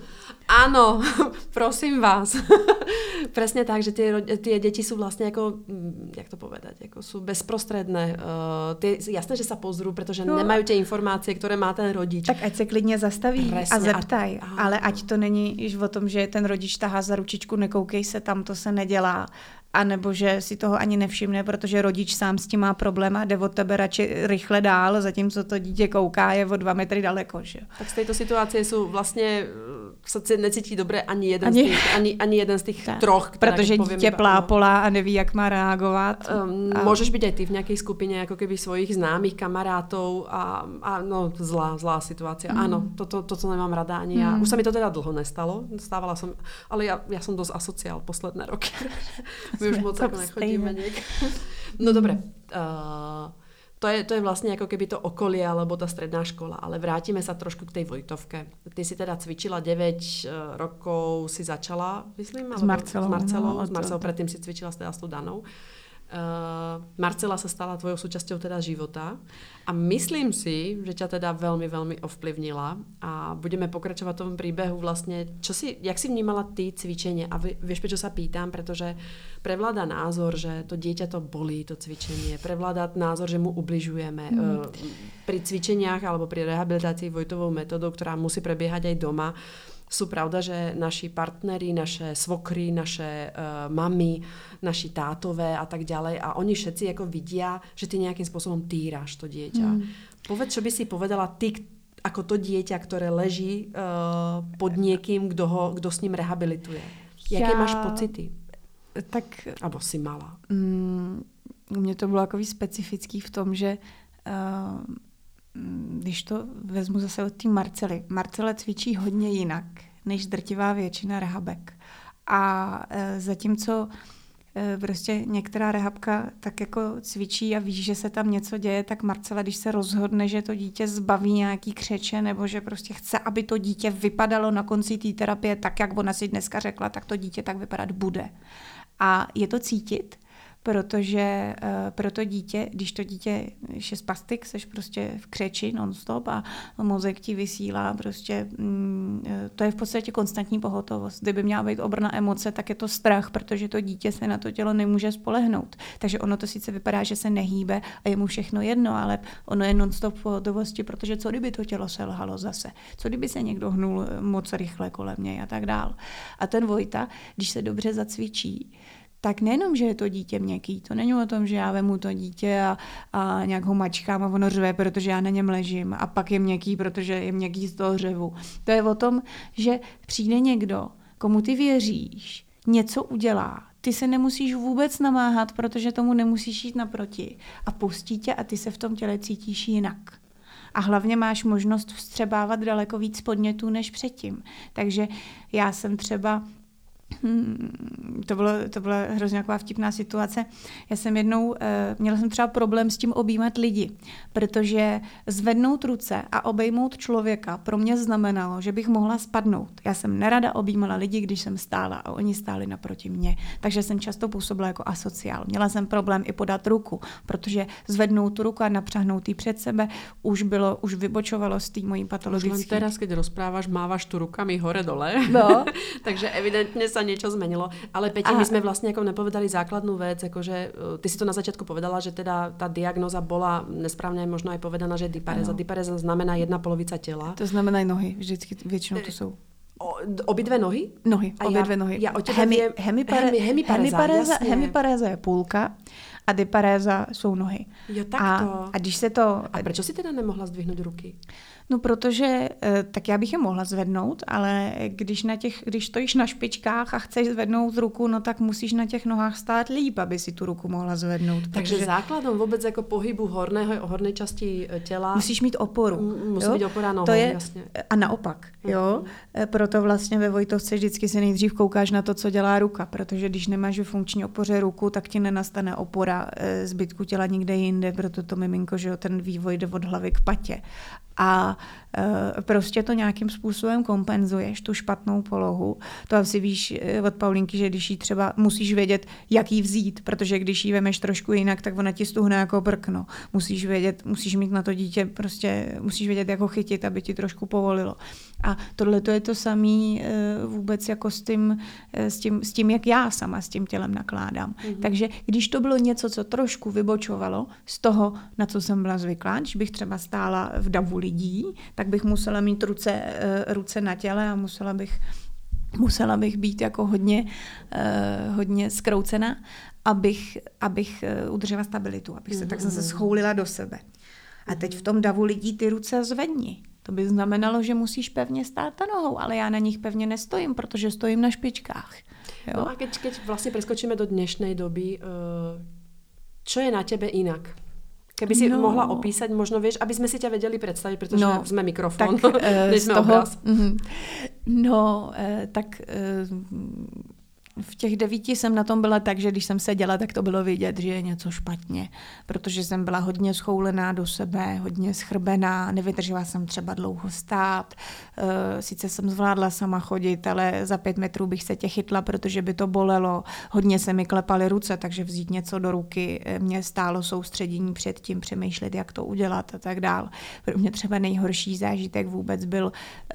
B: Áno, prosím vás. Presne tak, že tie, tie deti sú vlastne ako, jak to povedať, ako sú bezprostredné. Uh, tie, jasné, že sa pozrú, pretože no. nemajú tie informácie, ktoré má ten rodič.
C: Tak ať se klidně zastaví Presne, a zeptaj. A, ale ať to není již o tom, že ten rodič tahá za ručičku, nekoukej se, tam to se nedělá. A nebo že si toho ani nevšimne, protože rodič sám s tím má problém a jde od tebe radši rychle dál, zatímco to dítě kouká, je o dva metry daleko. Že?
B: Tak z této situace jsou vlastně sa necítí dobře ani jeden ani, z těch, ani, ani jeden z těch tak, troch.
C: Protože dítě plápolá a neví, jak má reagovat.
B: Um, a... Můžeš být aj ty v nějaké skupině jako keby svojich známých kamarátov a, a no zlá, zlá situace. Mm. Áno, to, to, to, co nemám rada ani já. Mm. Už se mi to teda dlho nestalo, stávala som, ale já, já jsem dost asociál posledné roky. My už moc ako nechodíme niekde. No dobre, uh, to, je, to je vlastne ako keby to okolie alebo tá stredná škola, ale vrátime sa trošku k tej Vojtovke. Ty si teda cvičila deväť rokov, si začala, myslím?
C: S Marcelou.
B: S Marcelou,
C: no,
B: s Marcelou predtým si cvičila teda s tou Danou. Uh, Marcela sa stala tvojou súčasťou teda života a myslím si, že ťa teda veľmi, veľmi ovplyvnila a budeme pokračovať v tom príbehu vlastne, čo si, jak si vnímala ty cvičenie a vieš, prečo sa pýtam, pretože prevláda názor, že to dieťa to bolí, to cvičenie, prevláda názor, že mu ubližujeme mm. uh, pri cvičeniach alebo pri rehabilitácii Vojtovou metodou, ktorá musí prebiehať aj doma. Sú pravda, že naši partneri, naše svokry, naše uh, mamy, naši tátové a tak ďalej a oni všetci ako vidia, že ty nejakým spôsobom týraš to dieťa. Mm. Povedz, čo by si povedala ty ako to dieťa, ktoré leží uh, pod niekým, kdo, ho, kdo s ním rehabilituje. Jaké
C: Já...
B: máš pocity?
C: Tak...
B: Abo si mala.
C: Mm, u mě to bylo takový specifický v tom, že uh, když to vezmu zase od té Marcely. Marcela cvičí hodně jinak, než drtivá většina rehabek. A e, zatímco e, prostě některá rehabka tak jako cvičí a ví, že se tam něco děje, tak Marcela, když se rozhodne, že to dítě zbaví nějaký křeče nebo že prostě chce, aby to dítě vypadalo na konci té terapie tak, jak ona si dneska řekla, tak to dítě tak vypadat bude. A je to cítit, protože uh, pro to dítě, když to dítě je spastik, seš prostě v křeči non-stop a mozek ti vysílá prostě, mm, to je v podstatě konstantní pohotovost. Kdyby měla být obrna emoce, tak je to strach, protože to dítě se na to tělo nemůže spolehnout. Takže ono to sice vypadá, že se nehýbe a je mu všechno jedno, ale ono je non-stop v pohotovosti, protože co kdyby to tělo selhalo zase? Co kdyby se někdo hnul moc rychle kolem něj a tak dál. A ten Vojta, když se dobře zacvičí, tak nejenom, že je to dítě měkký, to není o tom, že já vemu to dítě a, a nějak ho mačkám a ono řve, protože já na něm ležím a pak je měkký, protože je měkký z toho řevu. To je o tom, že přijde někdo, komu ty věříš, něco udělá. Ty se nemusíš vůbec namáhat, protože tomu nemusíš jít naproti. A pustí tě a ty se v tom těle cítíš jinak. A hlavně máš možnost vstřebávat daleko víc podnětů než předtím. Takže já jsem třeba... Hmm, to, bylo, to byla hrozně taková vtipná situace. Já jsem jednou, e, měla jsem třeba problém s tím objímat lidi, protože zvednout ruce a obejmout člověka pro mě znamenalo, že bych mohla spadnout. Já jsem nerada objímala lidi, když jsem stála a oni stáli naproti mě. Takže jsem často působila jako asociál. Měla jsem problém i podat ruku, protože zvednout tu ruku a napřahnout ji před sebe už bylo, už vybočovalo z té mojí patologické.
B: Už len teraz, keď rozprávaš, mávaš tu rukami hore-dole.
C: No.
B: Takže evidentne sa niečo zmenilo. Ale Peti, my sme vlastne ako nepovedali základnú vec, akože ty si to na začiatku povedala, že teda tá diagnóza bola nesprávne možno aj povedaná, že dipareza. No. Dipareza znamená jedna polovica tela.
C: To znamená nohy, vždycky většinou to jsou.
B: O, obidve nohy?
C: Nohy, obě dvě nohy.
B: Ja o tebe
C: Hemi,
B: viem...
C: hemipare,
B: hemi, hemiparéza,
C: hemiparéza, hemiparéza je půlka a diparéza jsou nohy.
B: Jo, takto.
C: A, a když se to...
B: A prečo si teda nemohla zdvihnout ruky?
C: No protože, tak já bych je mohla zvednout, ale když, na těch, když stojíš na špičkách a chceš zvednout ruku, no tak musíš na těch nohách stát líp, aby si tu ruku mohla zvednout.
B: Takže protože... základom vůbec jako pohybu horného, hornej časti těla...
C: Musíš mít oporu.
B: Musí být opora nohou,
C: to je,
B: jasně.
C: A naopak, jo. Uh-huh. Proto vlastně ve Vojtovce vždycky se nejdřív koukáš na to, co dělá ruka, protože když nemáš ve funkční opoře ruku, tak ti nenastane opora zbytku těla nikde jinde, proto to miminko, že jo, ten vývoj jde od hlavy k patě. A e, prostě to nějakým způsobem kompenzuješ, tu špatnou polohu. To asi víš od Paulinky, že když jí třeba musíš vědět, jak jí vzít, protože když jí vemeš trošku jinak, tak ona ti stuhne jako brkno. Musíš vědět, musíš mít na to dítě, prostě musíš vědět, jak ho chytit, aby ti trošku povolilo. A tohle to je to samé e, vůbec jako s tím, e, s, tím, s tím, jak já sama s tím tělem nakládám. Mm-hmm. Takže když to bylo něco, co trošku vybočovalo z toho, na co jsem byla zvyklá, když bych třeba stála v davu lidí, tak bych musela mít ruce, ruce na těle a musela bych, musela bych být jako hodně, hodně zkroucená, abych, abych udržela stabilitu, abych se, tak jsem se schoulila do sebe. A teď v tom davu lidí ty ruce zvedni. To by znamenalo, že musíš pevně stát ta nohou, ale já na nich pevně nestojím, protože stojím na špičkách. Jo?
B: No a keď, keď vlastně preskočíme do dnešnej doby, čo je na tebe inak? Keby si no. mohla opísať, možno vieš, aby sme si ťa vedeli predstaviť, pretože no, sme mikrofón, než sme obraz. Mm,
C: no, eh, tak eh, v těch devíti jsem na tom byla tak, že když jsem seděla, tak to bylo vidět, že je něco špatně, protože jsem byla hodně schoulená do sebe, hodně schrbená, nevydržela jsem třeba dlouho stát, sice jsem zvládla sama chodit, ale za pět metrů bych se tě chytla, protože by to bolelo, hodně se mi klepaly ruce, takže vzít něco do ruky mě stálo soustředění před tím, přemýšlet, jak to udělat a tak dál. Pro mě třeba nejhorší zážitek vůbec byl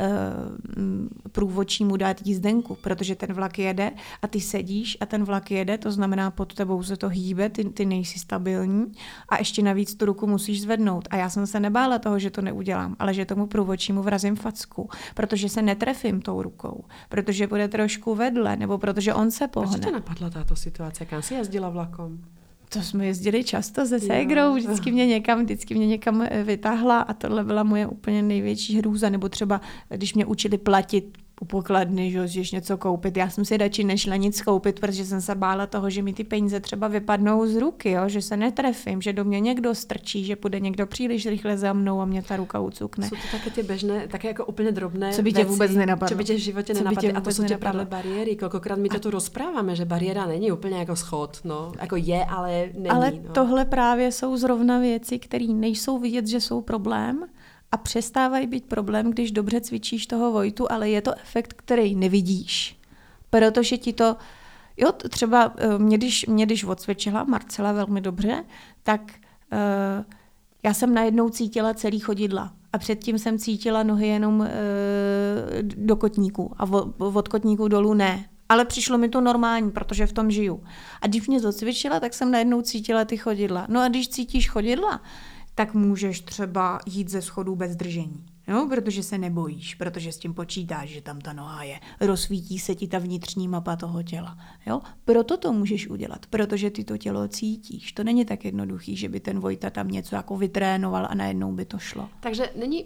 C: průvodčímu dát jízdenku, protože ten vlak jede a ty sedíš a ten vlak jede, to znamená pod tebou se to hýbe, ty, ty nejsi stabilní a ještě navíc tu ruku musíš zvednout. A já jsem se nebála toho, že to neudělám, ale že tomu průvodčímu vrazím facku, protože se netrefím tou rukou, protože bude trošku vedle, nebo protože on se pohne.
B: Proč tě napadla táto situace? Kam si jezdila vlakom?
C: To jsme jezdili často se ségrou, vždycky mě někam, vždycky mě někam vytáhla a tohle byla moje úplně největší hrůza, nebo třeba když mě učili platit u pokladny, že jdeš něco koupit. Já jsem si radši nešla nic koupit, protože jsem se bála toho, že mi ty peníze třeba vypadnou z ruky, jo? Že se netrefím, že do mě někdo strčí, že půjde někdo příliš rychle za mnou a mě ta ruka ucukne.
B: Jsou to také ty běžné, také jako úplně drobné
C: co by tě
B: věci,
C: vůbec nenapadlo.
B: Co by tě v životě nenapadlo. A to jsou tě právě bariéry. Kolikrát my to tu rozpráváme, že bariéra není úplně jako schod, no. Jako je, ale není.
C: Ale
B: no.
C: Tohle právě jsou zrovna věci, které nejsou vidět, že jsou problém, a přestávají být problém, když dobře cvičíš toho Vojtu, ale je to efekt, který nevidíš. Protože ti to, jo, třeba mě když, mě když odcvičila Marcela velmi dobře, tak uh, já jsem najednou cítila celý chodidla. A předtím jsem cítila nohy jenom uh, do kotníků a od kotníků dolů ne. Ale přišlo mi to normální, protože v tom žiju. A když mě docvičila, tak jsem najednou cítila ty chodidla. No a když cítíš chodidla, tak můžeš třeba jít ze schodů bez držení. Jo? Protože se nebojíš, protože s tím počítáš, že tam ta noha je. Rozsvítí se ti ta vnitřní mapa toho těla. Jo? Proto to můžeš udělat, protože ty to tělo cítíš. To není tak jednoduchý, že by ten Vojta tam něco jako vytrénoval a najednou by to šlo.
B: Takže není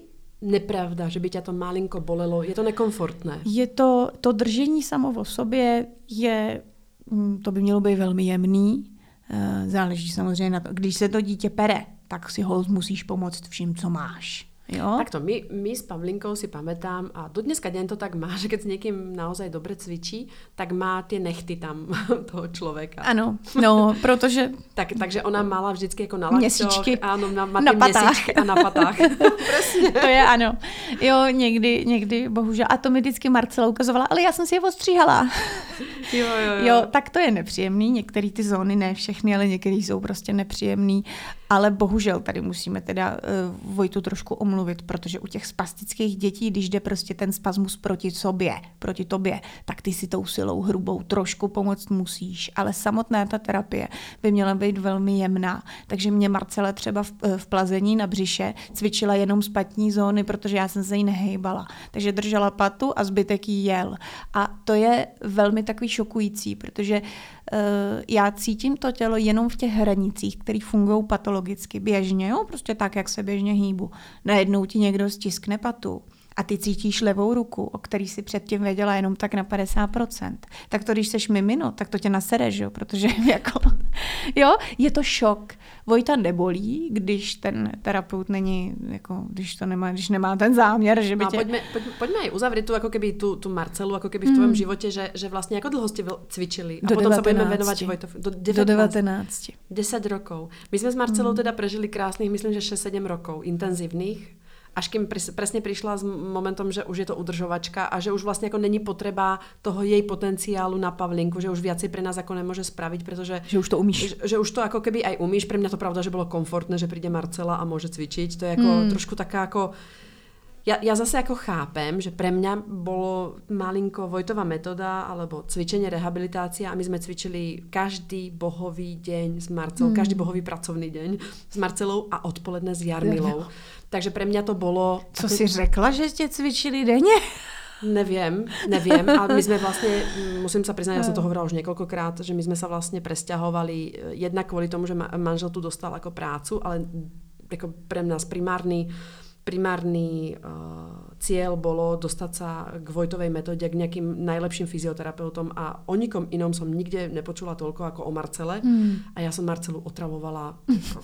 B: nepravda, že by tě to malinko bolelo? Je to nekomfortné?
C: Je to, to držení samo o sobě je, to by mělo být velmi jemný. Záleží samozřejmě na to, když se to dítě pere, tak si holt musíš pomoct vším, co máš. Jo?
B: Takto, my, my s Pavlinkou si pamätám, a do dneska deň to tak má, že keď s niekým naozaj dobre cvičí, tak má tie nechty tam toho človeka.
C: Ano, no, protože...
B: tak, takže ona mala vždycky jako na lakťoch.
C: Měsíčky.
B: Áno, má, má
C: na
B: ty
C: patách.
B: měsíčky a na patách. Presne.
C: To je ano. Jo, někdy, někdy, bohužel. A to mi vždycky Marcela ukazovala, ale já jsem si je ostříhala.
B: Jo, jo, jo.
C: Jo, tak to je nepříjemný. Některé ty zóny, ne všechny, ale některé jsou prostě nepříjemný. Ale bohužel tady musíme teda uh, Vojtu trošku omluvit, protože u těch spastických dětí, když jde prostě ten spasmus proti sobě, proti tobě, tak ty si tou silou hrubou trošku pomoct musíš. Ale samotná ta terapie by měla být velmi jemná. Takže mě Marcela třeba v, v plazení na břiše cvičila jenom spatní zóny, protože já jsem se jí nehejbala. Takže držela patu a zbytek jí jel. A to je velmi takový šokující, protože uh, já cítím to tělo jenom v těch hranicích, které fungují patologicky, běžně, jo? Prostě tak, jak se běžně hýbu. Najednou ti někdo stiskne patu a ty cítíš levou ruku, o který si předtím věděla jenom tak na padesát procent. Tak to, když seš mimino, tak to tě nasere, že jo? Protože jako, jo, je to šok. Vojta nebolí, když ten terapeut není, jako, když to nemá, když nemá ten záměr, že by
B: no,
C: tě...
B: Poďme, poďme, poďme aj uzavrieť tu, ako keby tú, tú Marcelu, ako keby v tvojom mm. živote, že, že vlastne ako dlho ste cvičili? A
C: do
B: potom
C: devätnásť.
B: sa budeme venovať Vojtovi. Do,
C: do devätnásť.
B: desať rokov. My sme s Marcelou
C: mm.
B: teda prežili krásnych, myslím, že šesť sedem rokov intenzívnych. Až kým presne prišla s momentom, že už je to udržovačka a že už vlastne ako není potreba toho jej potenciálu na Pavlinku, že už viacej pre nás ako nemôže spraviť, pretože...
C: Že už to umíš.
B: Že, že už to ako keby aj umíš. Pre mňa to pravda, že bolo komfortné, že príde Marcela a môže cvičiť. To je ako mm. trošku taká ako... Ja, ja zase ako chápem, že pre mňa bolo malinko Vojtová metóda alebo cvičenie, rehabilitácia a my sme cvičili každý bohový deň s Marcelou, mm. každý bohový pracovný deň s Marcelou a odpoledne s Jarmilou. Takže pre mňa to bolo...
C: Co si řekla, že ste cvičili denně?
B: Neviem, neviem, ale my sme vlastne, musím sa priznať, ja som to hovorila už niekoľkokrát, že my sme sa vlastne presťahovali jednak kvôli tomu, že manžel tu dostal ako prácu, ale ako pre nás primárny primárny uh, cieľ bolo dostať sa k Vojtovej metóde, k nejakým najlepším fyzioterapeutom a o nikom inom som nikde nepočula toľko ako o Marcele mm. a ja som Marcelu otravovala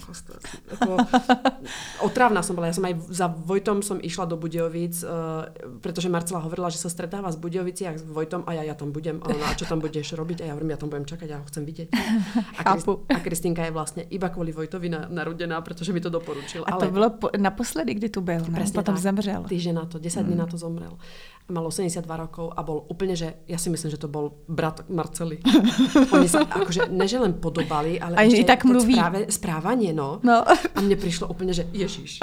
B: ako, otrávna som bola, ja som aj za Vojtom som išla do Budějovic, uh, pretože Marcela hovorila, že sa stretáva z Budějoviciach s Vojtom a ja, ja tam budem, a ona, a čo tam budeš robiť? A ja hovorím, ja tam budem čakať, ja ho chcem vidieť. A, Krist, a Kristýnka je vlastne iba kvôli Vojtovi na, narodená, pretože mi to doporučil.
C: A to ale... bylo po, naposledy, kdy tu byl, ne? Potom tak, zemřel.
B: Týždeň na to, desať dní mm. na to zomrel. Mal osemdesiatdva rokov a bol úplne, že ja si myslím, že to bol brat Marcely. Oni sa akože neže len podobali, ale
C: a ešte tak mluví.
B: Správe, správanie, no.
C: no.
B: A mne prišlo úplne, že Ježiš.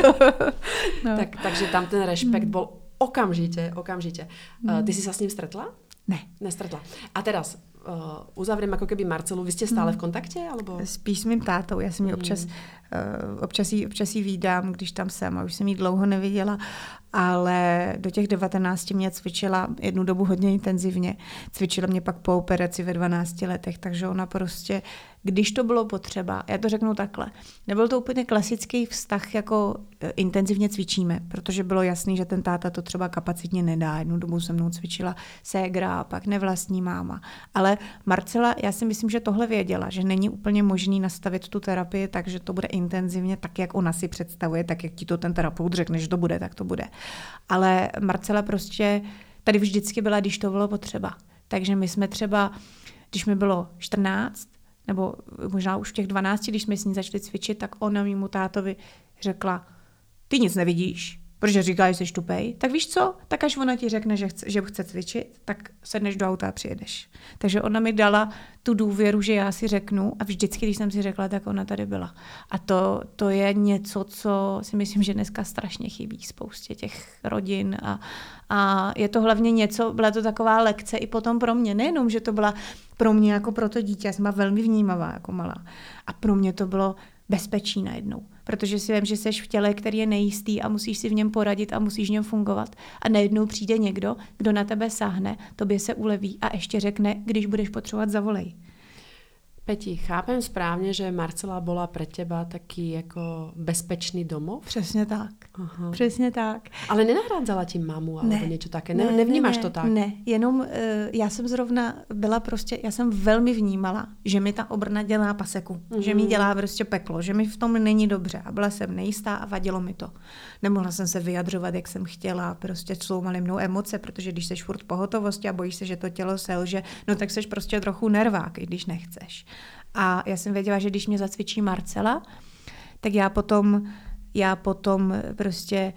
B: no. tak, takže tam ten rešpekt mm. bol okamžite, okamžite. Mm. Uh, ty si sa s ním stretla?
C: Ne.
B: Nestretla. A teraz uh, uzavriem ako keby Marcelu. Vy ste stále mm. v kontakte? Alebo?
C: Spíš s mým tátou. Já jsem ji občas, mm. uh, občas, jí, občas jí vídám, když tam jsem a už jsem jí dlouho neviděla, ale do těch devatenácti mě cvičila jednu dobu hodně intenzivně. Cvičila mě pak po operaci ve dvanácti letech, takže ona prostě, když to bylo potřeba, já to řeknu takhle, nebyl to úplně klasický vztah, jako intenzivně cvičíme, protože bylo jasný, že ten táta to třeba kapacitně nedá. Jednu dobu se mnou cvičila ségra a pak nevlastní máma. Ale Marcela, já si myslím, že tohle věděla, že není úplně možný nastavit tu terapii tak, že to bude intenzivně tak, jak ona si představuje, tak, jak ti to ten terapeut řekne, že to bude, tak to bude. Ale Marcela prostě tady vždycky byla, když to bylo potřeba. Takže my jsme třeba, když mi bylo čtrnáct, nebo možná už v těch dvanácti, když jsme s ní začali cvičit, tak ona mému tátovi řekla, ty nic nevidíš, protože říká, že jsi tupej, tak víš co, tak až ona ti řekne, že chce, že chce cvičit, tak sedneš do auta a přijedeš. Takže ona mi dala tu důvěru, že já si řeknu a vždycky, když jsem si řekla, tak ona tady byla. A to, to je něco, co si myslím, že dneska strašně chybí spoustě těch rodin a, a je to hlavně něco, byla to taková lekce i potom pro mě, nejenom, že to byla pro mě jako pro to dítě, já jsem byla velmi vnímavá jako malá a pro mě to bylo bezpečí najednou, protože si vím, že jsi v těle, který je nejistý a musíš si v něm poradit a musíš v něm fungovat a najednou přijde někdo, kdo na tebe sáhne, tobě se uleví a ještě řekne, když budeš potřebovat, zavolej.
B: Peti, chápem správně, že Marcela byla pro teba taký jako bezpečný domov?
C: Přesně tak.
B: Aha.
C: Přesně tak.
B: Ale nenahrádzala ti mamu alebo
C: ne.
B: něco také? Ne, nevnímáš
C: ne,
B: to tak?
C: Ne, jenom uh, já jsem zrovna byla prostě, já jsem velmi vnímala, že mi ta obrna dělá paseku, mm-hmm. že mi dělá prostě peklo, že mi v tom není dobře a byla jsem nejistá a vadilo mi to. Nemohla jsem se vyjadřovat, jak jsem chtěla, prostě cloumaly mnou emoce, protože když seš furt v pohotovosti a bojíš se, že to tělo selže, no tak seš prostě trochu nervák, i když nechceš. A já jsem věděla, že když mě zacvičí Marcela, tak já potom, já potom prostě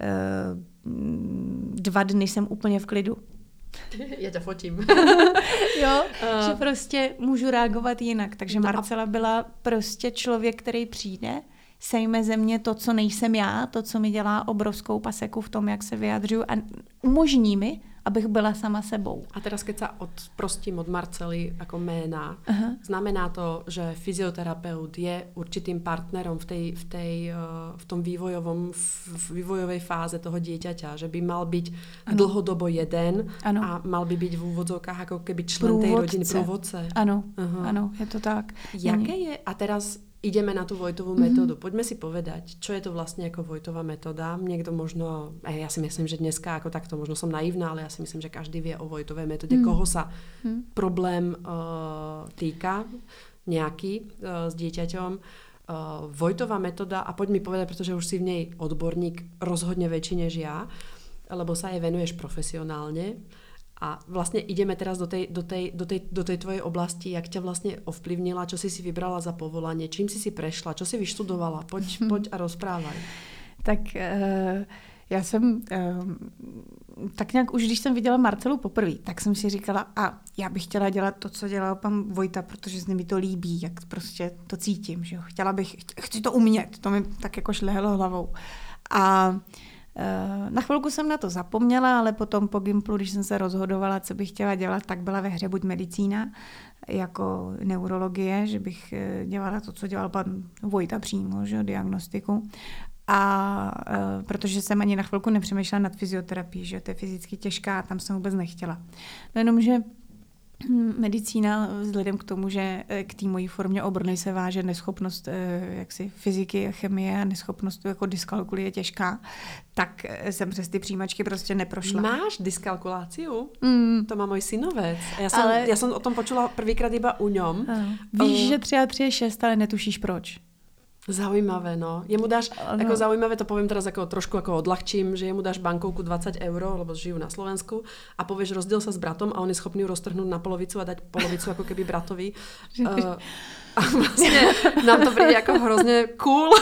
C: uh, dva dny jsem úplně v klidu.
B: Já tě fotím.
C: Jo,
B: uh.
C: že prostě můžu reagovat jinak. Takže
B: no
C: Marcela byla prostě člověk, který přijde, sejme ze mě to, co nejsem já, to, co mi dělá obrovskou paseku v tom, jak se vyjadřuju a umožní mi, abych byla sama sebou.
B: A teraz, keď sa odprostím od Marcely ako ména,
C: Aha.
B: znamená to, že fyzioterapeut je určitým partnerom v, tej, v, tej, v tom vývojovom, v vývojovej fáze toho dieťaťa, že by mal byť ano. dlhodobo jeden ano. a mal by byť v úvodzovkách ako keby člen tej rodiny, průvodce.
C: Ano,
B: Aha.
C: ano, je to tak.
B: Jaké je, a teraz ideme na tú Vojtovú mm-hmm. metódu. Poďme si povedať, čo je to vlastne ako Vojtová metóda. Niekto možno, ja si myslím, že dneska ako takto, možno som naivná, ale ja si myslím, že každý vie o Vojtovej metóde, mm. koho sa mm. problém uh, týka, nejaký uh, s dieťaťom. Uh, Vojtová metóda, a poď mi povedať, pretože už si v nej odborník rozhodne väčší než ja, lebo sa jej venuješ profesionálne. A vlastne ideme teraz do tej, do, tej, do, tej, do tej tvojej oblasti, jak ťa vlastne ovplyvnila, čo si si vybrala za povolanie, čím si si prešla, čo si vyštudovala. Poď, poď a rozprávaj.
C: Tak uh, já jsem uh, tak nějak už, když jsem viděla Marcelu poprvé, tak jsem si říkala, a já bych chtěla dělat to, co dělal pan Vojta, protože se mi to líbí, jak prostě to cítím, že jo. Chtěla bych, chci to umět, to mi tak jako šlehlo hlavou. A na chvilku jsem na to zapomněla, ale potom po Gimplu, když jsem se rozhodovala, co bych chtěla dělat, tak byla ve hře buď medicína, jako neurologie, že bych dělala to, co dělal pan Vojta přímo, že, diagnostiku. A e, protože jsem ani na chvilku nepřemýšlela nad fyzioterapií, že to je fyzicky těžká a tam jsem vůbec nechtěla. No jenom, že medicína, vzhledem k tomu, že k té mojí formě obrny se váže neschopnost jaksi fyziky a chemie a neschopnost jako dyskalkulie je těžká, tak jsem přes ty přijímačky prostě neprošla.
B: Máš dyskalkuláciu?
C: Mm.
B: To má můj synovec. Já jsem,
C: ale...
B: já jsem o tom počula prvýkrát iba u ňom.
C: Víš, uh... že tři a tři je šest, ale netušíš proč.
B: Zaujímavé, no. Jemu dáš, ano. Ako zaujímavé, to poviem teraz ako, trošku ako odľahčím, že jemu dáš bankovku dvadsať eur, lebo žijú na Slovensku, a povieš, rozdiel sa s bratom a on je schopný ju roztrhnúť na polovicu a dať polovicu ako keby bratovi. uh, a vlastne nám to príde ako hrozne cool.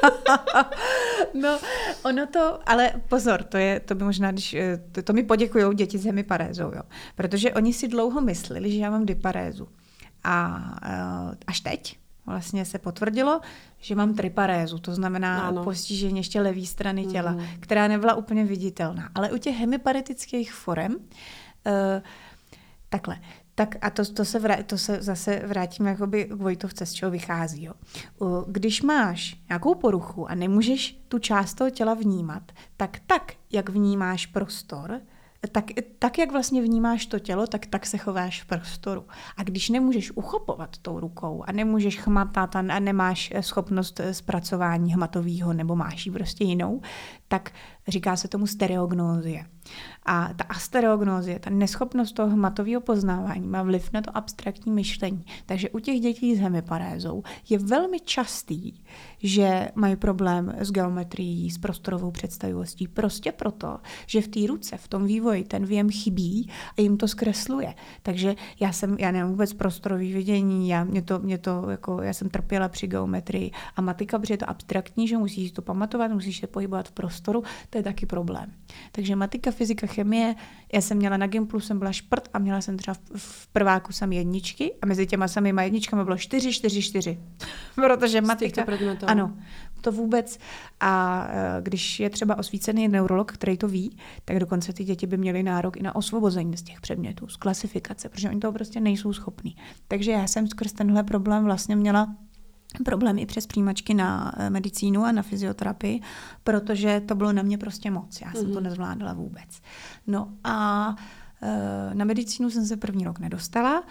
C: No, ono to, ale pozor, to je, to by možná, když, to, to mi poděkujou děti s hemiparézou, jo. Protože oni si dlouho mysleli, že já mám diparézu. A uh, až teď vlastně se potvrdilo, že mám triparézu, to znamená ano. postižení ještě levé strany těla, mm. která nebyla úplně viditelná. Ale u těch hemiparetických forem, uh, takhle, tak a to, to, se vrá, to se zase vrátíme jakoby k Vojtovce, z čeho vychází. Jo. Uh, když máš nějakou poruchu a nemůžeš tu část toho těla vnímat, tak tak, jak vnímáš prostor, Tak, tak, jak vlastně vnímáš to tělo, tak, tak se chováš v prostoru. A když nemůžeš uchopovat tou rukou a nemůžeš chmatat a nemáš schopnost zpracování hmatového nebo máš ji prostě jinou, tak říká se tomu stereognózie. A ta astereognózie, ta neschopnost toho hmatového poznávání má vliv na to abstraktní myšlení. Takže u těch dětí s hemiparézou je velmi častý, že mají problém s geometrií, s prostorovou představivostí. Prostě proto, že v té ruce, v tom vývoji ten věm chybí a jim to zkresluje. Takže já jsem, já nemám vůbec prostorový vidění, já, mě to, mě to, jako, já jsem trpěla při geometrii a matika, protože je to abstraktní, že musíš to pamatovat, musíš se pohybovat v prostoru, to je taky problém. Takže matika, fyzika, chemie, já jsem měla na Gimplu, jsem byla šprt a měla jsem třeba v, v prváku sam jedničky a mezi těma samýma jedničkami bylo čtyři, čtyři, čtyři. Protože matika, ano, to vůbec. A když je třeba osvícený neurolog, který to ví, tak dokonce ty děti by měly nárok i na osvobození z těch předmětů, z klasifikace, protože oni toho prostě nejsou schopní. Takže já jsem skrz tenhle problém vlastně měla problém i přes přijímačky na medicínu a na fyzioterapii, protože to bylo na mě prostě moc. Já jsem mm-hmm. to nezvládala vůbec. No a na medicínu jsem se první rok nedostala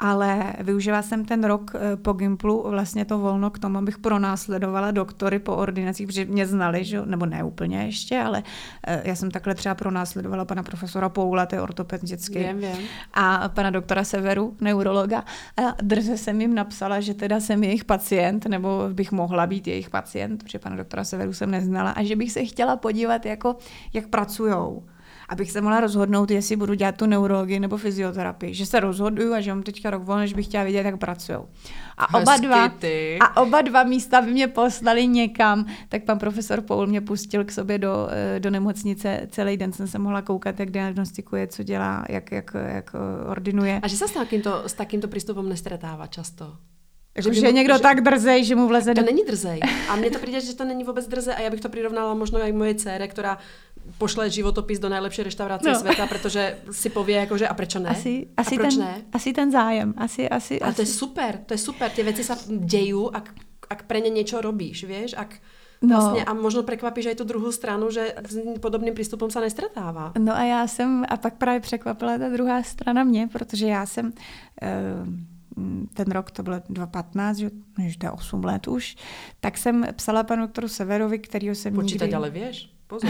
C: ale využila jsem ten rok po Gimplu vlastně to volno k tomu, abych pronásledovala doktory po ordinacích, protože mě znali, že? Nebo ne úplně ještě, ale já jsem takhle třeba pronásledovala pana profesora Poula, to je ortoped dětský,
B: Vím, vím.
C: a pana doktora Severu, neurologa. A drze jsem jim napsala, že teda jsem jejich pacient, nebo bych mohla být jejich pacient, protože pana doktora Severu jsem neznala, a že bych se chtěla podívat, jako, jak pracujou. Abych se mohla rozhodnout, jestli budu dělat tu neurologii nebo fyzioterapii. Že se rozhoduju a že mám teďka rok volno, že bych chtěla vidět, jak pracujou. A oba, dva, a oba dva místa by mě poslali někam, tak pan profesor Poul mě pustil k sobě do, do nemocnice. Celý den jsem se mohla koukat, jak diagnostikuje, co dělá, jak, jak, jak ordinuje.
B: A že se s takýmto, s takýmto prístupom nestretává často?
C: Že, že je někdo že... tak drzej, že mu vleze
B: to
C: do...
B: není drzej. A mně to přijde, že to není vůbec drzej a já bych to prirovnala možno aj mojej dcére, která pošle životopis do nejlepší restaurace no. světa, protože si povie, jakože a prečo ne?
C: Asi, asi,
B: a proč
C: ten,
B: ne?
C: asi ten zájem. Asi, asi,
B: a
C: asi.
B: to je super, to je super. Ty věci sa dejú, ak, ak pre ne niečo robíš, vieš? Ak
C: no.
B: vlastně, a možno prekvapíš aj tu druhou stranu, že s podobným prístupom sa nestretává.
C: No a já jsem, a pak právě překvapila ta druhá strana mě, protože já jsem... Uh, ten rok, to bylo dva tisíce patnáct, že to je osm let už, tak jsem psala panu doktoru Severovi, kterýho jsem
B: Počítať,
C: nikdy...
B: ale vieš? Pozor.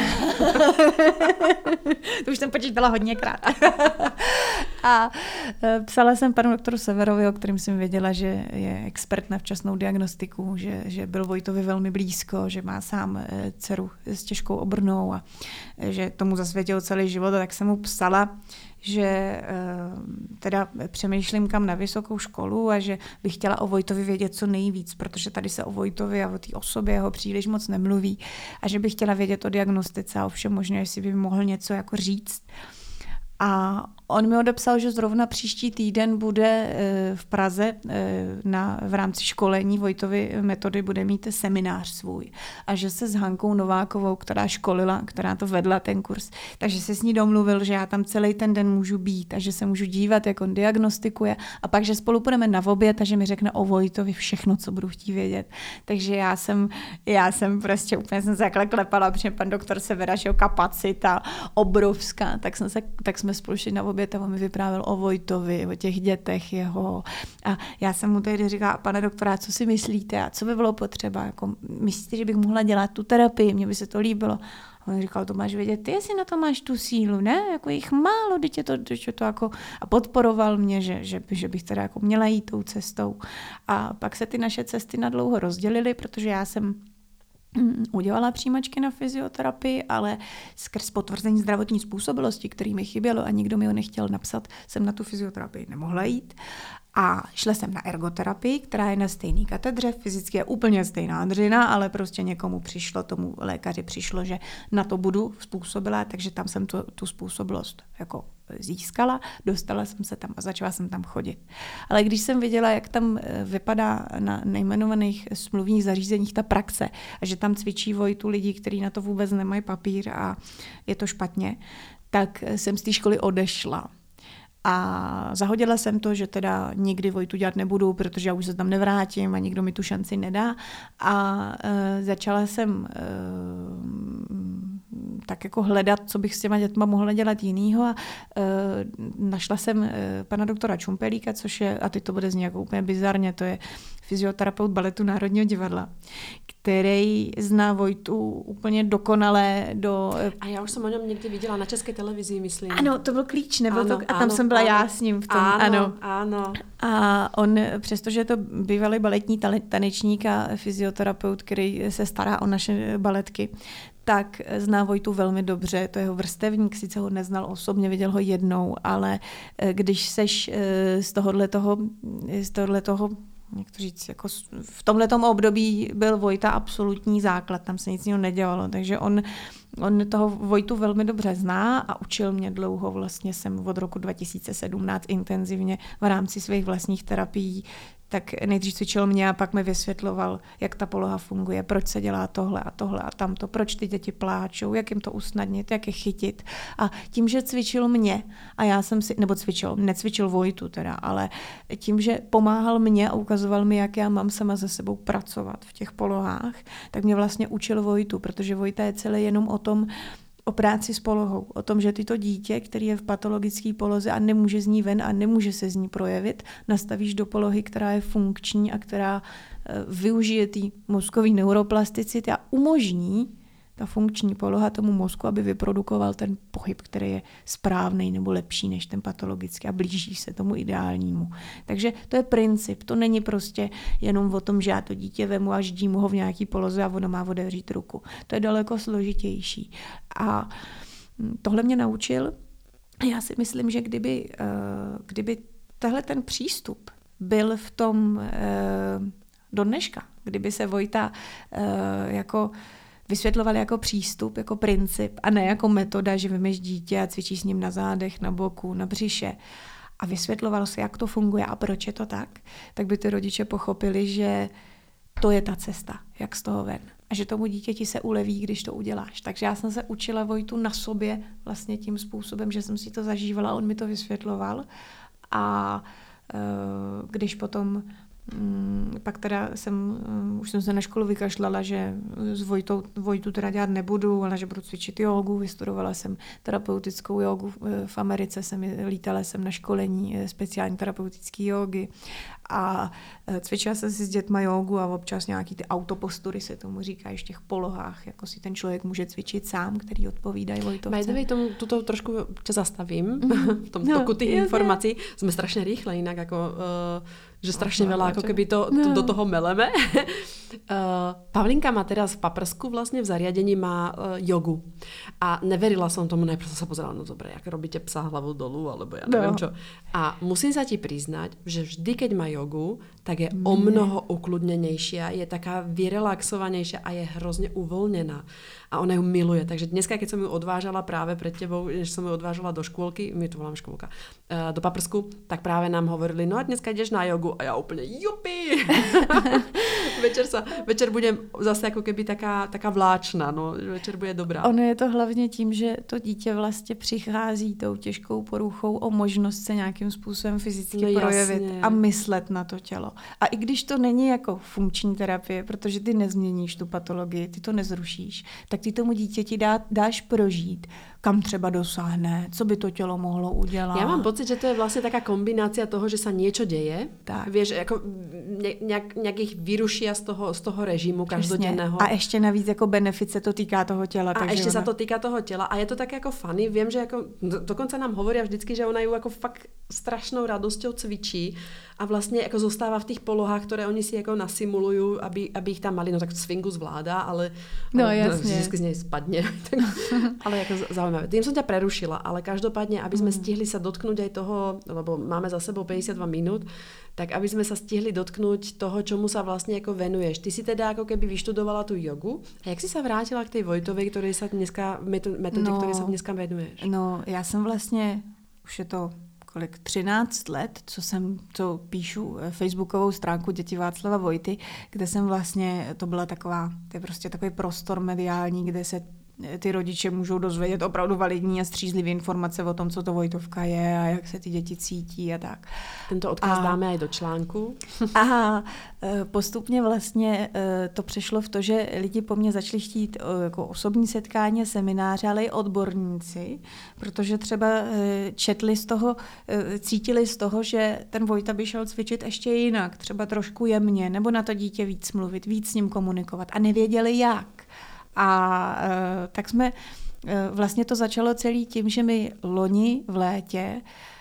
C: To už jsem počítala hodněkrát. A psala jsem panu doktoru Severovi, o kterém jsem věděla, že je expert na včasnou diagnostiku, že, že byl Vojtovi velmi blízko, že má sám dceru s těžkou obrnou a že tomu zasvětil celý život. A tak jsem mu psala, že teda přemýšlím kam na vysokou školu a že bych chtěla o Vojtovi vědět co nejvíc, protože tady se o Vojtovi a o té osobě ho příliš moc nemluví a že bych chtěla vědět o diagnostice a o všem možná, jestli by mohl něco jako říct. A on mi odepsal, že zrovna příští týden bude v Praze na, v rámci školení Vojtovy metody bude mít seminář svůj. A že se s Hankou Novákovou, která školila, která to vedla ten kurz, takže se s ní domluvil, že já tam celý ten den můžu být a že se můžu dívat, jak on diagnostikuje a pak, že spolu půjdeme na oběd a že mi řekne o Vojtovi všechno, co budu chtít vědět. Takže já jsem, já jsem prostě úplně jsem se takhle klepala, protože pan doktor Severa, že kapacita obrovská, tak, jsem se, tak jsme spolu šli na oběd a on mi vyprávěl o Vojtovi, o těch dětech jeho. A já jsem mu tehdy říkala, pane doktora, co si myslíte a co by bylo potřeba? Jako, myslíte, že bych mohla dělat tu terapii? Mně by se to líbilo. A on říkal, to máš vědět, ty jestli na to máš tu sílu, ne? Jako jich málo, teď to, teď to jako... A podporoval mě, že, že, že bych teda jako měla jít tou cestou. A pak se ty naše cesty nadlouho rozdělily, protože já jsem udělala přijímačky na fyzioterapii, ale skrz potvrzení zdravotní způsobilosti, který mi chybělo a nikdo mi ho nechtěl napsat, jsem na tu fyzioterapii nemohla jít. A šla jsem na ergoterapii, která je na stejné katedře, fyzicky je úplně stejná dřina, ale prostě někomu přišlo, tomu lékaři přišlo, že na to budu způsobila, takže tam jsem tu, tu způsobilost jako získala, dostala jsem se tam a začala jsem tam chodit. Ale když jsem viděla, jak tam vypadá na nejmenovaných smluvních zařízeních ta praxe a že tam cvičí Vojtu lidi, kteří na to vůbec nemají papír a je to špatně, tak jsem z té školy odešla. A zahodila jsem to, že teda nikdy Vojtu dělat nebudu, protože já už se tam nevrátím a nikdo mi tu šanci nedá. A e, začala jsem e, tak jako hledat, co bych s těma dětma mohla dělat jinýho. A e, našla jsem e, pana doktora Čumpelíka, což je, a teď to bude znít jako úplně bizarně, to je fyzioterapeut baletu Národního divadla, který zná Vojtu úplně dokonale do...
B: A já už jsem o něm někdy viděla na České televizi, myslím.
C: Ano, to byl klíč, nebo
B: ano,
C: to, a tam
B: ano,
C: jsem byla
B: ano,
C: já s ním v tom.
B: Ano,
C: ano,
B: ano.
C: A on, přestože je to bývalý baletní tanečník a fyzioterapeut, který se stará o naše baletky, tak zná Vojtu velmi dobře. To je jeho vrstevník, sice ho neznal osobně, viděl ho jednou, ale když seš z tohohle toho, z tohohle toho jak to říct, jako v tomhletom období byl Vojta absolutní základ, tam se nic jiného nedělalo, takže on, on toho Vojtu velmi dobře zná a učil mě dlouho, vlastně jsem od roku dva tisíce sedmnáct intenzivně v rámci svých vlastních terapií, tak nejdřív cvičil mě a pak mi vysvětloval, jak ta poloha funguje, proč se dělá tohle a tohle a tamto, proč ty děti pláčou, jak jim to usnadnit, jak je chytit. A tím, že cvičil mě a já jsem si, nebo cvičil, necvičil Vojtu teda, ale tím, že pomáhal mě a ukazoval mi, jak já mám sama se sebou pracovat v těch polohách, tak mě vlastně učil Vojtu, protože Vojta je celý jenom o tom, o práci s polohou, o tom, že ty to dítě, který je v patologické poloze a nemůže z ní ven a nemůže se z ní projevit, nastavíš do polohy, která je funkční a která využije té mozkové neuroplasticity a umožní ta funkční poloha tomu mozku, aby vyprodukoval ten pohyb, který je správný nebo lepší než ten patologický a blíží se tomu ideálnímu. Takže to je princip. To není prostě jenom o tom, že já to dítě vemu a ždím ho v nějaký poloze a ono má otevřít ruku. To je daleko složitější. A tohle mě naučil. Já si myslím, že kdyby, kdyby tahle ten přístup byl v tom do dneška, kdyby se Vojta jako vysvětloval jako přístup, jako princip a ne jako metoda, že vemeš dítě a cvičíš s ním na zádech, na boku, na břiše a vysvětloval se, jak to funguje a proč je to tak, tak by ty rodiče pochopili, že to je ta cesta, jak z toho ven. A že tomu dítěti se uleví, když to uděláš. Takže já jsem se učila Vojtu na sobě vlastně tím způsobem, že jsem si to zažívala, on mi to vysvětloval a když potom Mm, pak teda jsem, um, už jsem se na školu vykašlala, že s Vojtou, Vojtu teda dělat nebudu, ale že budu cvičit jogu. Vystudovala jsem terapeutickou jogu v Americe, jsem lítala jsem na školení speciální terapeutické jogy a cvičila jsem si s dětma jogu a občas nějaký ty autopostury se tomu říká v těch polohách, jako si ten člověk může cvičit sám, který odpovídají Vojtovce.
B: Majdovej, tomu tuto trošku tě zastavím mm. v tom toku těch informací. Jsme strašně rýchle jinak, jako uh, že strašně veľa, ako keby to, to no. do toho meleme. uh, Pavlinka má teraz v paprsku vlastne v zariadení má uh, jogu. A neverila som tomu, najprv som sa pozerala, no dobre, jak robíte psa hlavu dolu, alebo ja neviem no. čo. A musím sa ti priznať, že vždy, keď má jogu, tak je o mnoho ukludnenejšia, je taká vyrelaxovanejšia a je hrozne uvoľnená. A ona ju miluje. Takže dneska, keď som ju odvážala práve pred tebou, než som ju odvážala do škôlky, my to voláme škôlka, uh, do paprsku, tak práve nám hovorili, no a dneska ideš na jogu. A ja úplne, jupi! večer, sa, večer budem zase ako keby taká, taká vláčna, no, večer bude dobrá.
C: Ono je to hlavně tím, že to dítě vlastně přichází tou těžkou poruchou o možnost se nějakým způsobem fyzicky no, projevit jasně. a myslet na to tělo. A i když to není jako funkční terapie, protože ty nezměníš tu patologii, ty to nezrušíš, tak ty tomu dítěti dá, dáš prožít, kam třeba dosáhne, co by to tělo mohlo udělat.
B: Ja mám pocit, že to je vlastne taká kombinácia toho, že sa niečo deje. Tak. Vieš, ako nejak, nejak ich vyrušia z toho, z toho režimu každodenného.
C: A ešte navíc jako benefit se to týká toho těla.
B: A ešte
C: ona...
B: sa to týka toho tela. A je to také ako funny. Viem, že ako, do, dokonca nám hovoria vždycky, že ona ju ako fakt strašnou radosťou cvičí a vlastne ako zostáva v tých polohách, ktoré oni si ako nasimulujú, aby, aby ich tam mali. No tak swingu zvládá, ale,
C: no,
B: ale
C: jasne.
B: vždycky z nej spadne. ale ako zaujímavé. Tým som ťa prerušila, ale každopádne, aby sme mm. stihli sa dotknúť aj toho, lebo máme za sebou päťdesiatdva minút, tak aby sme sa stihli dotknúť toho, čomu sa vlastne ako venuješ. Ty si teda ako keby vyštudovala tú jogu. A jak si sa vrátila k tej Vojtovej, ktorej sa dneska, metode, no, ktorej sa dneska venuješ?
C: No, já jsem vlastně, už je to kolik, třináct let, co jsem, co píšu facebookovou stránku Děti Václava Vojty, kde jsem vlastně, to byla taková, to je prostě takový prostor mediální, kde se ty rodiče můžou dozvědět opravdu validní a střízlivé informace o tom, co to Vojtovka je a jak se ty děti cítí a tak.
B: Tento odkaz a, dáme aj do článku.
C: A postupně vlastně to přešlo v to, že lidi po mně začali chtít jako osobní setkání, semináře, ale i odborníci, protože třeba četli z toho, cítili z toho, že ten Vojta by šel cvičit ještě jinak, třeba trošku jemně, nebo na to dítě víc mluvit, víc s ním komunikovat a nevěděli jak. A e, tak jsme, e, vlastně to začalo celý tím, že mi loni v létě e,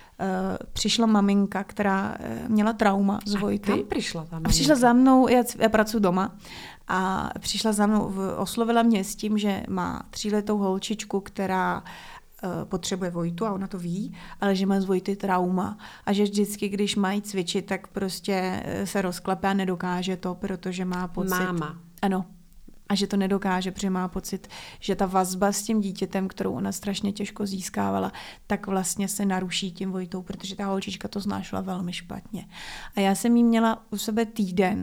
C: přišla maminka, která e, měla trauma z Vojty.
B: A kam přišla ta maminka?
C: Přišla za mnou, já, já pracuji doma, a přišla za mnou, oslovila mě s tím, že má tříletou holčičku, která e, potřebuje Vojtu a ona to ví, ale že má z Vojty trauma a že vždycky, když mají cvičit, tak prostě se rozklepe a nedokáže to, protože má pocit...
B: Máma.
C: Ano. A že to nedokáže, protože má pocit, že ta vazba s tím dítětem, kterou ona strašně těžko získávala, tak vlastně se naruší tím Vojtou, protože ta holčička to znášela velmi špatně. A já jsem jí měla u sebe týden,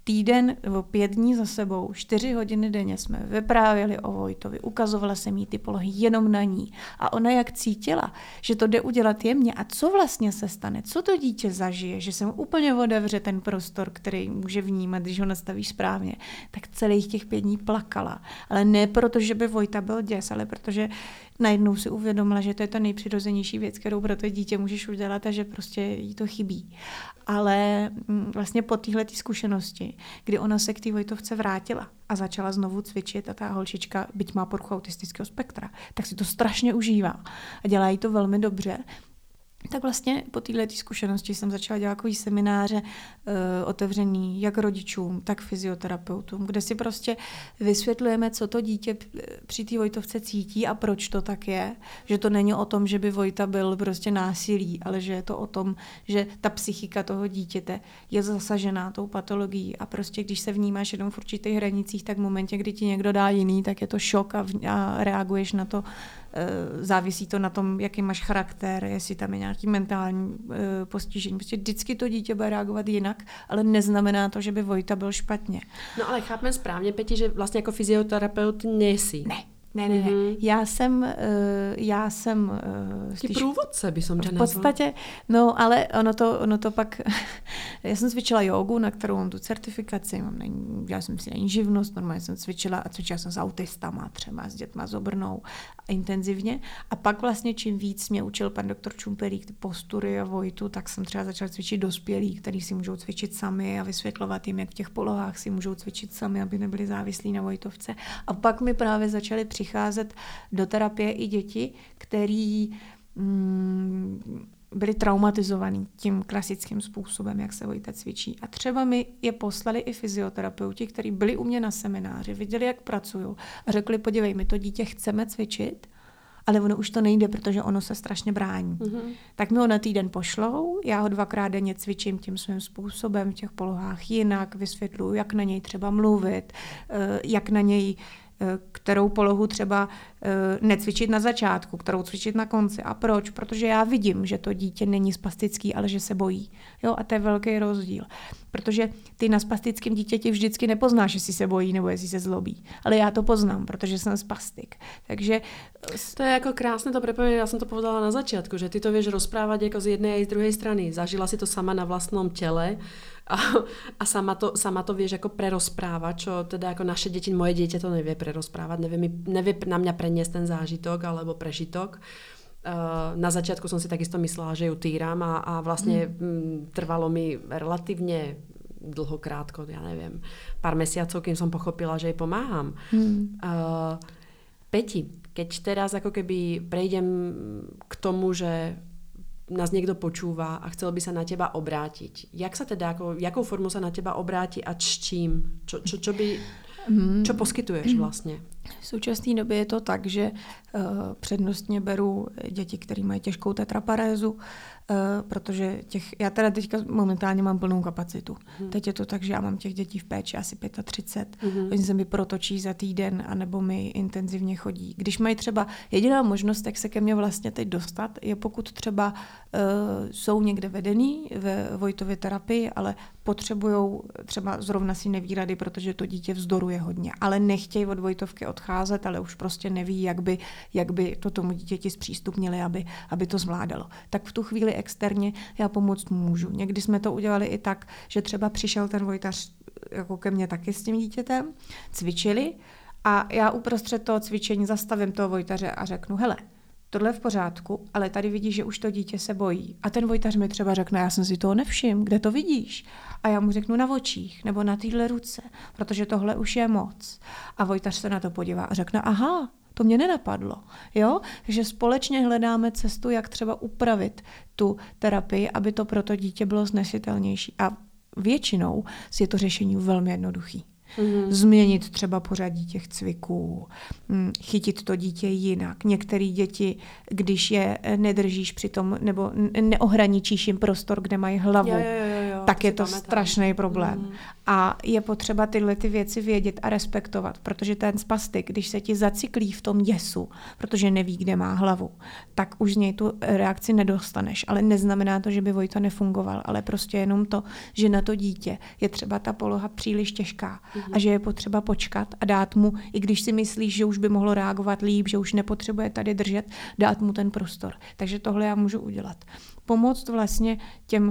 C: týden nebo pět dní za sebou, čtyři hodiny denně jsme vyprávěli o Vojtovi, ukazovala jsem jí ty polohy jenom na ní. A ona jak cítila, že to jde udělat jemně a co vlastně se stane, co to dítě zažije, že se mu úplně otevře ten prostor, který může vnímat, když ho nastavíš správně, tak celých těch pět dní plakala. Ale ne proto, že by Vojta byl děs, ale protože najednou si uvědomila, že to je ta nejpřirozenější věc, kterou pro to dítě můžeš udělat a že prostě jí to chybí. Ale vlastně po téhletý zkušenosti, kdy ona se k té Vojtovce vrátila a začala znovu cvičit a ta holčička, byť má poruchu autistického spektra, tak si to strašně užívá a dělá jí to velmi dobře. Tak vlastně po této zkušenosti jsem začala dělat takový semináře uh, otevřený jak rodičům, tak fyzioterapeutům, kde si prostě vysvětlujeme, co to dítě při té Vojtovce cítí a proč to tak je. Že to není o tom, že by Vojta byl prostě násilí, ale že je to o tom, že ta psychika toho dítěte je zasažená tou patologií a prostě když se vnímáš jenom v určitých hranicích, tak v momentě, kdy ti někdo dá jiný, tak je to šok a, v, a reaguješ na to. Závisí to na tom, jaký máš charakter, jestli tam je nějaký mentální uh, postižení. Prostě vždycky to dítě bude reagovat jinak, ale neznamená to, že by Vojta byl špatně.
B: No ale chápeme správně, Peti, že vlastně jako fyzioterapeut nejsi.
C: Ne. Ne, ne, ne. Mm-hmm. Já jsem, uh, já jsem... Uh,
B: Ty průvodce by som tě
C: nazval. V podstatě, no ale ono to, ono to pak... já jsem cvičila jogu, na kterou mám tu certifikaci, mám na ní, já jsem si na ní živnost, normálně jsem cvičila a cvičila jsem s autistama, třeba s dětma s obrnou intenzivně. A pak vlastně čím víc mě učil pan doktor Čumpelík ty postury a Vojtu, tak jsem třeba začala cvičit dospělí, kteří si můžou cvičit sami a vysvětlovat jim, jak v těch polohách si můžou cvičit sami, aby nebyli závislí na Vojtovce. A pak mi právě začaly přicházet do terapie i děti, který mm, byli traumatizovaní tím klasickým způsobem, jak se Vojta cvičí. A třeba mi je poslali i fyzioterapeuti, kteří byli u mě na semináři, viděli, jak pracuju a řekli, podívej, my to dítě chceme cvičit, ale ono už to nejde, protože ono se strašně brání. Mm-hmm. Tak mi ho na týden pošlou, já ho dvakrát denně cvičím tím svým způsobem v těch polohách jinak, vysvětluju, jak na něj třeba mluvit, jak na něj kterou polohu třeba necvičit na začátku, kterou cvičit na konci. A proč? Protože já vidím, že to dítě není spastický, ale že se bojí. Jo? A to je velký rozdíl. Protože ty na spastickém dítěti vždycky nepoznáš, jestli se bojí nebo jestli se zlobí. Ale já to poznám, protože jsem spastik. Takže...
B: To je jako krásné to prepojenie, já jsem to povedala na začátku, že ty to vieš rozprávať jako z jednej a z druhej strany. Zažila si to sama na vlastnom tele a, a sama, to, sama to vieš ako prerozprávať, čo teda ako naše deti, moje dieťa to nevie prerozprávať, nevie, mi, nevie na mňa preniesť ten zážitok alebo prežitok. Uh, na začiatku som si takisto myslela, že ju týram a, a vlastne mm. trvalo mi relatívne dlho, krátko, ja neviem, pár mesiacov, kým som pochopila, že jej pomáham. Mm. Uh, Peti, keď teraz ako keby prejdem k tomu, že nás niekto počúva a chcel by sa na teba obrátiť. Jak sa teda, ako, jakou formu sa na teba obráti a s čím? Čo, čo, čo, by, čo poskytuješ vlastně?
C: V současné době je to tak, že uh, přednostně beru děti, které mají těžkou tetraparézu, uh, protože těch, já teda teďka momentálně mám plnou kapacitu. Hmm. Teď je to tak, že já mám těch dětí v péči asi třicet pět. Hmm. Oni se mi protočí za týden, anebo mi intenzivně chodí. Když mají třeba jediná možnost, jak se ke mně vlastně teď dostat, je pokud třeba uh, jsou někde vedený ve Vojtově terapii, ale potřebujou třeba zrovna si neví rady, protože to dítě vzdoruje hodně, ale nechtějí od Vojtovky odcházet, ale už prostě neví, jak by, jak by to tomu dítěti zpřístupnili, aby, aby to zvládalo. Tak v tu chvíli externě já pomoct můžu. Někdy jsme to udělali i tak, že třeba přišel ten Vojtař jako ke mně taky s tím dítětem, cvičili a já uprostřed toho cvičení zastavím toho Vojtaře a řeknu, hele, tohle je v pořádku, ale tady vidíš, že už to dítě se bojí. A ten Vojtař mi třeba řekne, já jsem si toho nevšiml, kde to vidíš? A já mu řeknu na očích nebo na téhle ruce, protože tohle už je moc. A Vojtař se na to podívá a řekne, aha, to mě nenapadlo. Jo? Takže společně hledáme cestu, jak třeba upravit tu terapii, aby to pro to dítě bylo snesitelnější. A většinou je to řešení velmi jednoduchý. Mm-hmm. Změnit třeba pořadí těch cviků, chytit to dítě jinak. Některé děti, když je nedržíš přitom, nebo neohraničíš jim prostor, kde mají hlavu,
B: jo, jo, jo, jo. jo,
C: tak
B: to
C: je to
B: pamätám.
C: strašný problém.
B: Mm.
C: A je potřeba tyhle ty věci vědět a respektovat, protože ten spastik, když se ti zacyklí v tom děsu, protože neví, kde má hlavu, tak už z něj tu reakci nedostaneš. Ale neznamená to, že by Vojta nefungoval, ale prostě jenom to, že na to dítě je třeba ta poloha příliš těžká mm-hmm. a že je potřeba počkat a dát mu, i když si myslíš, že už by mohlo reagovat líp, že už nepotřebuje tady držet, dát mu ten prostor. Takže tohle já můžu udělat. Pomoct vlastně těm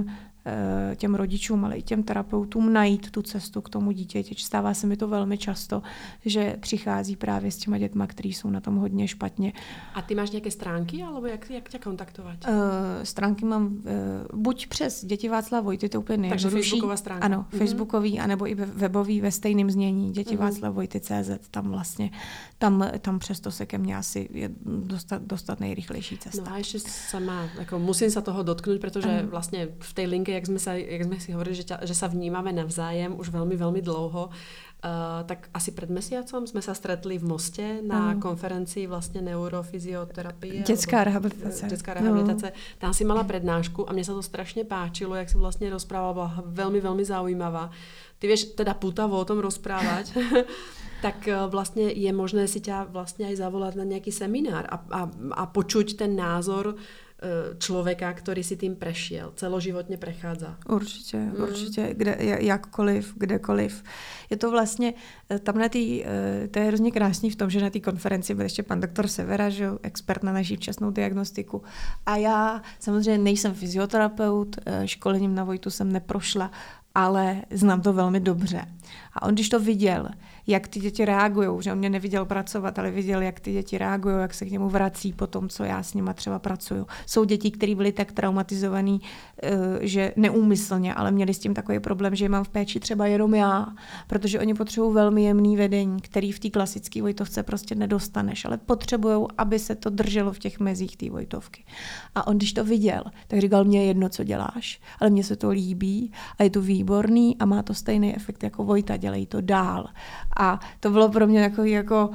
C: těm rodičům, ale i těm terapeutům najít tu cestu k tomu dítěti. Stává se mi to velmi často, že přichází právě s těma dětma, kteří jsou na tom hodně špatně.
B: A ty máš nějaké stránky, alebo jak, jak tě kontaktovat? Uh,
C: stránky mám uh, buď přes Děti Václava Vojty, to úplně nejjednodušší.
B: Takže facebooková stránka.
C: Ano, mm-hmm. facebookový, anebo i webový ve stejném znění Děti mm-hmm. Václava Vojty tečka cé zet. Tam vlastně, tam, tam přesto se ke mně asi je dostat, dostat nejrychlejší cesta.
B: No a ještě sama, jako musím se toho dotknout, protože mm. vlastně v té linke, jak sme, sa, jak sme si hovorili, že, ťa, že sa vnímame navzájem už veľmi, veľmi dlouho, uh, tak asi pred mesiacom sme sa stretli v Moste na mm. konferencii vlastne neurofyzioterapie.
C: Dětská rehabilitace.
B: Dětská rehabilitace. No. Tam si mala prednášku a mne sa to strašne páčilo, jak si vlastne rozprávala, bola veľmi, veľmi zaujímavá. Ty vieš teda putavo o tom rozprávať, tak vlastne je možné si ťa vlastne aj zavolať na nejaký seminár a, a, a počuť ten názor člověka, který si tím prešiel, celoživotně prechádza.
C: Určitě, mm. určitě, kde, jakkoliv, kdekoliv. Je to vlastně, tam na tý, to je hrozně krásný v tom, že na té konferenci byl ještě pan doktor Severa, že jo, expert na naši včasnou diagnostiku. A já samozřejmě nejsem fyzioterapeut, školením na Vojtu jsem neprošla, ale znám to velmi dobře. A on, když to viděl, jak ty děti reagují, že on mě neviděl pracovat, ale viděl, jak ty děti reagují, jak se k němu vrací po tom, co já s nima třeba pracuju. Jsou děti, které byly tak traumatizovaný, že neúmyslně, ale měli s tím takový problém, že je mám v péči třeba jenom já, protože oni potřebují velmi jemný vedení, který v té klasické Vojtovce prostě nedostaneš, ale potřebují, aby se to drželo v těch mezích té Vojtovky. A on, když to viděl, tak říkal, mně je jedno, co děláš, ale mně se to líbí a je to výborný a má to stejný efekt jako Vojta, dělej to dál. A to bylo pro mě takový jako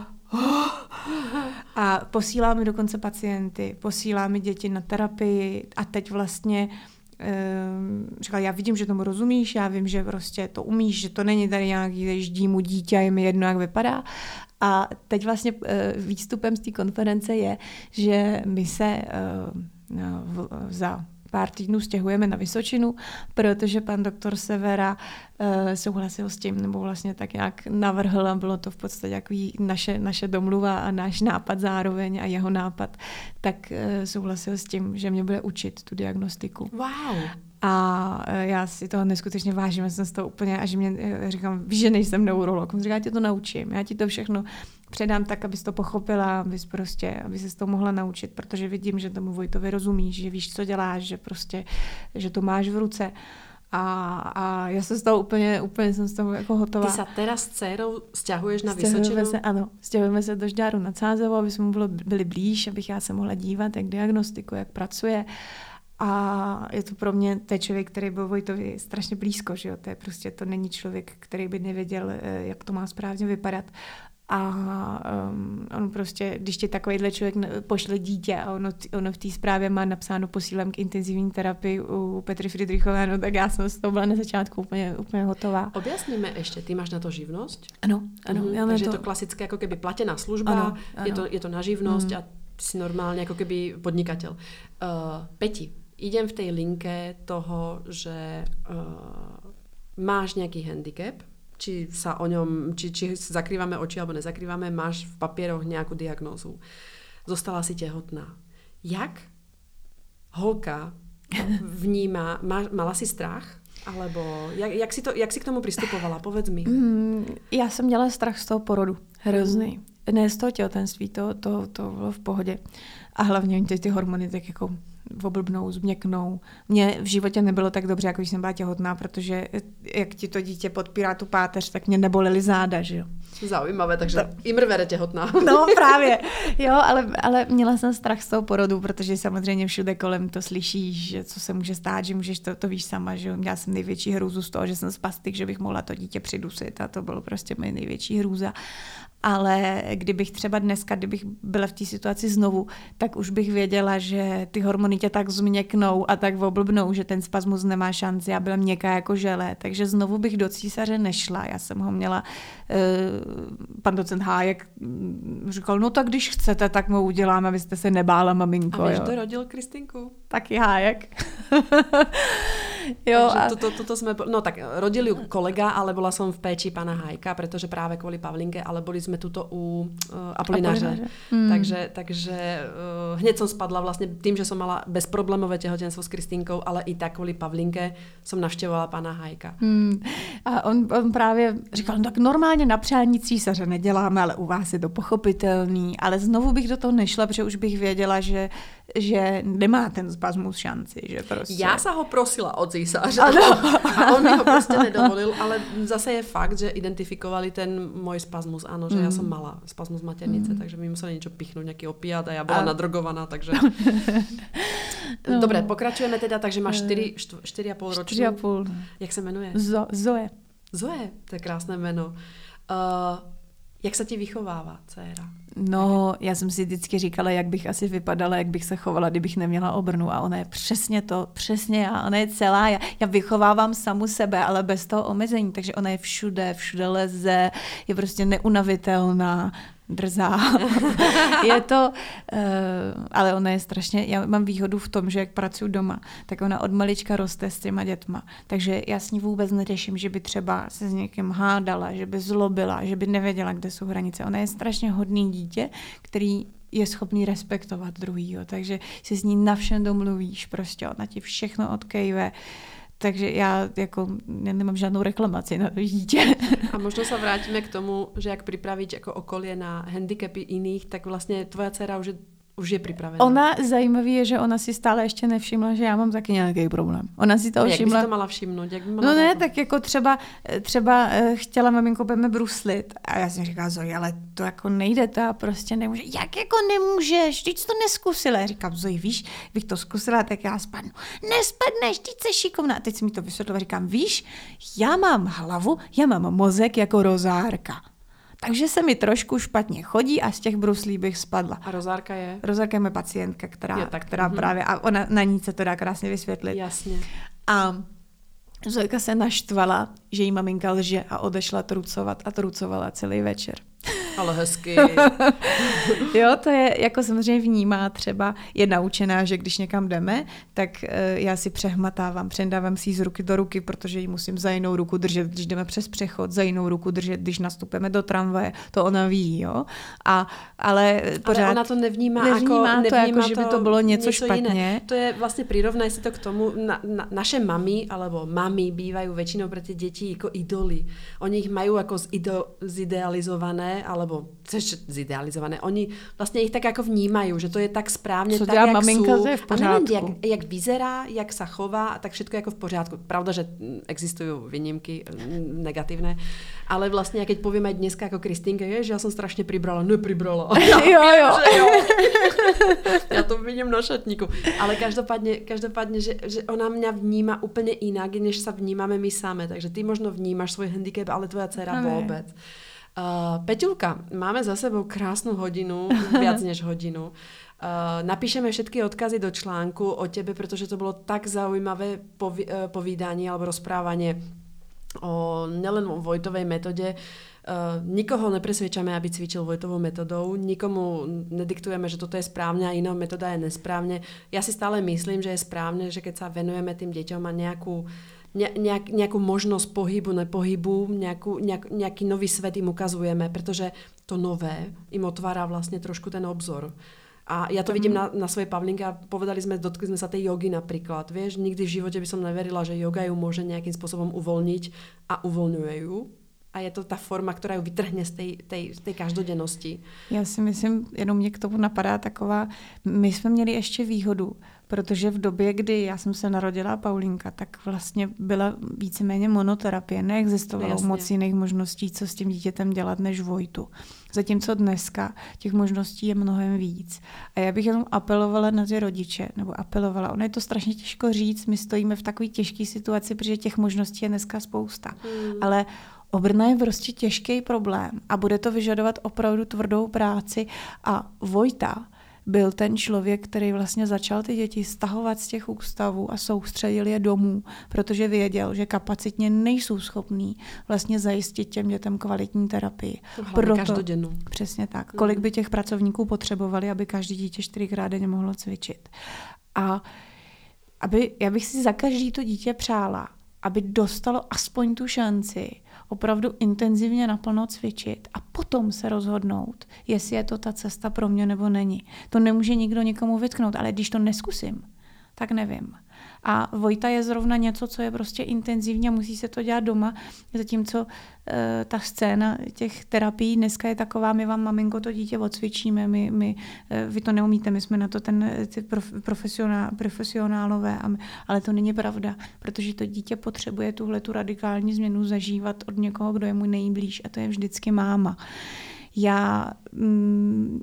C: a posíláme dokonce pacienty, posíláme děti na terapii a teď vlastně um, říkala, já vidím, že tomu rozumíš, já vím, že prostě to umíš, že to není tady nějaký ždí mu dítě a je mi jedno, jak vypadá. A teď vlastně uh, výstupem z té konference je, že my se uh, v, za pár týdnů stěhujeme na Vysočinu, protože pan doktor Severa uh, souhlasil s tím, nebo vlastně tak nějak navrhl a bylo to v podstatě jaký naše, naše domluva a náš nápad zároveň a jeho nápad, tak uh, souhlasil s tím, že mě bude učit tu diagnostiku.
B: Wow!
C: A já si toho neskutečně vážím, já jsem z toho úplně, až mě říkám, víš, že nejsem neurolog. On říká, já ti to naučím, já ti to všechno předám tak, abys to pochopila, abys prostě, aby se to mohla naučit, protože vidím, že tomu Vojtovi rozumíš, že víš, co děláš, že prostě, že to máš v ruce. A, a já jsem z toho úplně, úplně jsem z toho jako hotová.
B: Ty se teraz s dcerou stěhuješ na Vysočinu?
C: Se, ano, stěhujeme se do Žďáru nad Sázavou, aby jsme mu bylo, byli blíž, abych já se mohla dívat, jak diagnostikuje, jak pracuje. A je to pro mě, to je člověk, který byl Vojtovi strašně blízko, že jo? To je prostě, to není člověk, který by nevěděl, jak to má správně vypadat. A um, on prostě, když ti takovýhle člověk pošle dítě a ono, ono v té zprávě má napsáno posílám k intenzivní terapii u Petry Friedrichové, no tak já jsem z toho byla na začátku úplně, úplně hotová.
B: Objasníme ještě, ty máš na to živnost?
C: Ano, ano.
B: Mhm,
C: já
B: takže
C: to...
B: je to klasické jako keby platená služba,
C: ano, ano.
B: Je, to, je to na živnost mm. a si normálně jako keby podnikatel. Uh, Peti, idem v tej linke toho, že uh, máš nejaký handicap, či sa o ňom, či, či zakrývame oči alebo nezakrývame, máš v papieroch nejakú diagnózu. Zostala si tehotná. Jak holka vníma, má, mala si strach? Alebo jak, jak, si to, jak si k tomu pristupovala? Povedz mi.
C: Mm, já jsem měla strach z toho porodu. Hrozný. Mm. Ne z toho těhotenství, to, to, to bylo v pohodě. A hlavně ty, ty hormony tak jako oblbnou, změknou. Mně v životě nebylo tak dobře, jako když jsem byla těhotná, protože jak ti to dítě podpírá tu páteř, tak mě nebolely záda, že jo.
B: Zaujímavé, takže to... imrvere těhotná.
C: No právě, jo, ale, ale měla jsem strach z toho porodu, protože samozřejmě všude kolem to slyšíš, že co se může stát, že můžeš to, to víš sama, že jo. Měla jsem největší hrůzu z toho, že jsem spastik, že bych mohla to dítě přidusit a to bylo prostě moje největší hrůza. Ale kdybych třeba dneska, kdybych byla v té situaci znovu, tak už bych věděla, že ty hormony oni tě tak změknou a tak oblbnou, že ten spasmus nemá šanci. Já byla měkká jako želé, takže znovu bych do císaře nešla. Já jsem ho měla, uh, pan docent Hájek říkal, no tak když chcete, tak mu uděláme, abyste se nebála, maminko.
B: A víš,
C: jo.
B: kdo rodil Kristinku?
C: Taky Hájek. Jo,
B: Takže
C: a...
B: toto, toto sme, no tak rodil ju kolega, ale bola som v péči pána Hajka, pretože práve kvôli Pavlinke, ale boli sme tuto u uh, Apolináře. Hmm. Takže, takže uh, hneď som spadla vlastne tým, že som mala bezproblémové tehotenstvo s Kristínkou, ale i tak kvôli Pavlinke som navštěvovala pána Hajka.
C: Hmm. A on, on právě říkal, no tak normálně na přání císaře neděláme, ale u vás je to pochopitelný, ale znovu bych do toho nešla, protože už bych věděla, že, že nemá ten spasmus šanci. Že prostě...
B: Já sa ho prosila od císaře a on mi ho prostě nedovolil, ale zase je fakt, že identifikovali ten môj spasmus, áno, že mm. ja som mala spasmus maternice, mm. takže mi museli niečo pichnúť, nejaký opiát a ja bola a... nadrogovaná, takže... no. Dobre, pokračujeme teda, takže máš štyri a pol ročnú.
C: čtyři a půl.
B: Jak se jmenuje?
C: Zo, Zoe.
B: Zoe, to je krásné jméno. Uh, jak se ti vychovává dcéra?
C: No, já jsem si vždycky říkala, jak bych asi vypadala, jak bych se chovala, kdybych neměla obrnu. A ona je přesně to, přesně já. Ona je celá. Já, já vychovávám samu sebe, ale bez toho omezení. Takže ona je všude, všude leze, je prostě neunavitelná, drzá. Je to, uh, ale ona je strašně, já mám výhodu v tom, že jak pracuji doma, tak ona od malička roste s těma dětma. Takže já s ní vůbec neřeším, že by třeba se s někým hádala, že by zlobila, že by nevěděla, kde jsou hranice. Ona je strašně hodný dítě, který je schopný respektovat druhýho, takže si s ní na všem domluvíš, prostě ona ti všechno odkejve. Takže já jako já nemám žádnou reklamaci na to dítě.
B: A možno sa vrátime k tomu, že jak pripraviť ako okolie na handicapy iných, tak vlastně tvoja dcera už je Už je připravená.
C: Ona, zajímavý je, že ona si stále ještě nevšimla, že já mám taky nějaký problém. Ona si to
B: všimla.
C: všimla.
B: Jak by to mala všimnout? Jak by mala
C: no ne,
B: jako...
C: tak jako třeba, třeba chtěla maminko, budeme bruslit. A já jsem říkala, Zoji, ale to jako nejde, to já prostě nemůže. Jak jako nemůžeš? Vždyť jsi to neskusila. Já říkám, Zoji, víš, bych to zkusila, tak já spadnu. Nespadneš, ty jsi šikovná. Teď si mi to vysvětlila, říkám, víš, já mám hlavu, já mám mozek jako rozárka. Takže se mi trošku špatně chodí a z těch bruslí bych spadla.
B: A rozárka je?
C: Rozárka je moje pacientka, která,
B: je, tak,
C: která mm-hmm. právě, a ona, na ní se to dá krásně vysvětlit.
B: Jasně.
C: A Zojka se naštvala, že jí maminka lže a odešla trucovat a trucovala celý večer.
B: Ale hezky.
C: Jo, to je, jako samozřejmě vnímá třeba, je naučená, že když někam jdeme, tak uh, já si přehmatávám, předávám si ji z ruky do ruky, protože ji musím za jinou ruku držet, když jdeme přes přechod, za jinou ruku držet, když nastupujeme do tramvaje, to ona ví, jo. A, ale pořád...
B: Ale ona to nevnímá,
C: nevnímá
B: jako,
C: to,
B: nevnímá
C: jako, že by to bylo něco, něco špatně.
B: Jiné. To je vlastně prirovnaj si to k tomu, na, na, naše mami, alebo mami bývajú väčšinou pre tie deti ako idoly. Oni ich majú ako zido, zidealizované, alebo zidealizované. Oni vlastně ich tak jako vnímajú, že to je tak správně,
C: co
B: tak, jak
C: maminka,
B: sú.
C: To je v pořádku.
B: A neviem, jak, jak vyzerá, jak sa chová, tak všetko je jako v pořádku. Pravda, že existujú výnimky negatívne, ale vlastně, keď povieme aj dneska ako Kristýnke, je, že ja som strašne pribrala, nepribrala.
C: Ja jo, jo.
B: jo. Ja to vidím na šatníku. Ale každopádně, každopádně že, že ona mňa vníma úplně inak, než sa vnímame my same. Takže ty možno vnímaš svoj handicap, ale tvoja dcera
C: no,
B: vôbec. Uh, Peťulka, máme za sebou krásnu hodinu, viac než hodinu. Uh, napíšeme všetky odkazy do článku o tebe, protože to bylo tak zaujímavé povi- uh, povídání alebo rozprávanie o nelen o Vojtovej metode. Uh, nikoho nepresviečame, aby cvičil Vojtovou metodou, nikomu nediktujeme, že toto je správne a iná metoda je nesprávne. Ja si stále myslím, že je správne, že keď sa venujeme tým deťom a nejakú Nejak, nejakú možnosť pohybu, nepohybu, nejakú, nejak, nejaký nový svet im ukazujeme, pretože to nové im otvára vlastne trošku ten obzor. A ja to vidím na, na svojej Pavlinke a povedali sme, dotkli sme sa tej jogy napríklad. Vieš, nikdy v živote by som neverila, že joga ju môže nejakým spôsobom uvoľniť a uvoľňuje ju. A je to ta forma, která ju vytrhne z té, tej, tej každodennosti.
C: Já si myslím, jenom mě k tomu napadá taková, my jsme měli ještě výhodu, protože v době, kdy já jsem se narodila Paulinka, tak vlastně byla víceméně monoterapie, neexistovalo Jasně. moc jiných možností, co s tím dítětem dělat, než Vojtu. Zatímco dneska těch možností je mnohem víc. A já bych jenom apelovala na ty rodiče, nebo apelovala, ono je to strašně těžko říct, my stojíme v takové těžké situaci, protože těch možností je dneska spousta. Hmm. Ale obrna je prostě těžký problém a bude to vyžadovat opravdu tvrdou práci a Vojta byl ten člověk, který vlastně začal ty děti stahovat z těch ústavů a soustředil je domů, protože věděl, že kapacitně nejsou schopní vlastně zajistit těm dětem kvalitní terapii.
B: Proto, každodennou.
C: Přesně tak. Kolik by těch pracovníků potřebovali, aby každý dítě čtyřikrát denně mohlo cvičit. A aby, já bych si za každý to dítě přála, aby dostalo aspoň tu šanci opravdu intenzivně naplno cvičit a potom se rozhodnout, jestli je to ta cesta pro mě nebo není. To nemůže nikdo nikomu vytknout, ale když to neskusím, tak nevím. A Vojta je zrovna něco, co je prostě intenzivně, musí se to dělat doma, zatímco e, ta scéna těch terapií dneska je taková, my vám, maminko, to dítě odcvičíme, my, my, e, vy to neumíte, my jsme na to ten, ty prof, profesioná, profesionálové, a my, ale to není pravda, protože to dítě potřebuje tuhle tu radikální změnu zažívat od někoho, kdo je mu nejblíž, a to je vždycky máma. Já mm,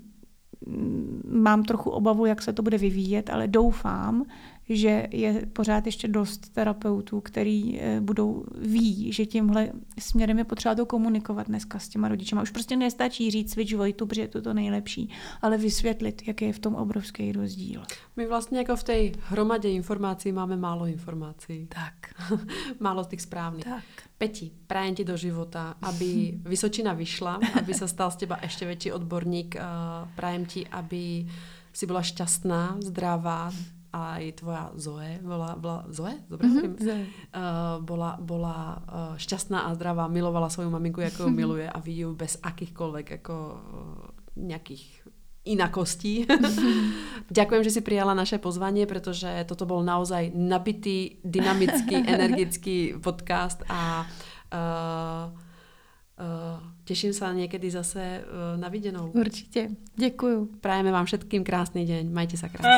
C: mám trochu obavu, jak se to bude vyvíjet, ale doufám, že je pořád ještě dost terapeutů, který budou ví, že tímhle směrem je potřeba to komunikovat dneska s těma rodičema. Už prostě nestačí říct cvič Vojtu, protože je to to nejlepší, ale vysvětlit, jaký je v tom obrovský rozdíl.
B: My vlastně jako v té hromadě informací máme málo informací.
C: Tak.
B: Málo těch správných.
C: Tak.
B: Peti, prajem ti do života, aby Vysočina vyšla, aby sa stal z teba ešte väčší odborník. Prajem ti, aby si bola šťastná, zdravá, a aj tvoja Zoe, bola, bola Zoe? Dobre? Mm-hmm.
C: Zoe.
B: Uh, bola, bola uh, šťastná a zdravá, milovala svoju maminku, ako ju miluje, a vidí ju bez akýchkoľvek ako uh, nejakých inakostí. Ďakujem, že si prijala naše pozvanie, pretože toto bol naozaj nabitý, dynamický, energický podcast a uh, Uh, teším sa niekedy zase uh, na videnou.
C: Určite. Ďakujem.
B: Prajeme vám všetkým krásny deň. Majte sa krásne.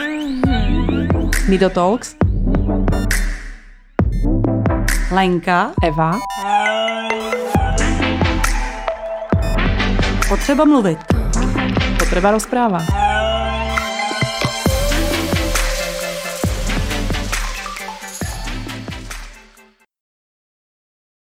A: Nido Talks. Lenka, Eva. Potřeba mluvit. Potřeba rozpráva.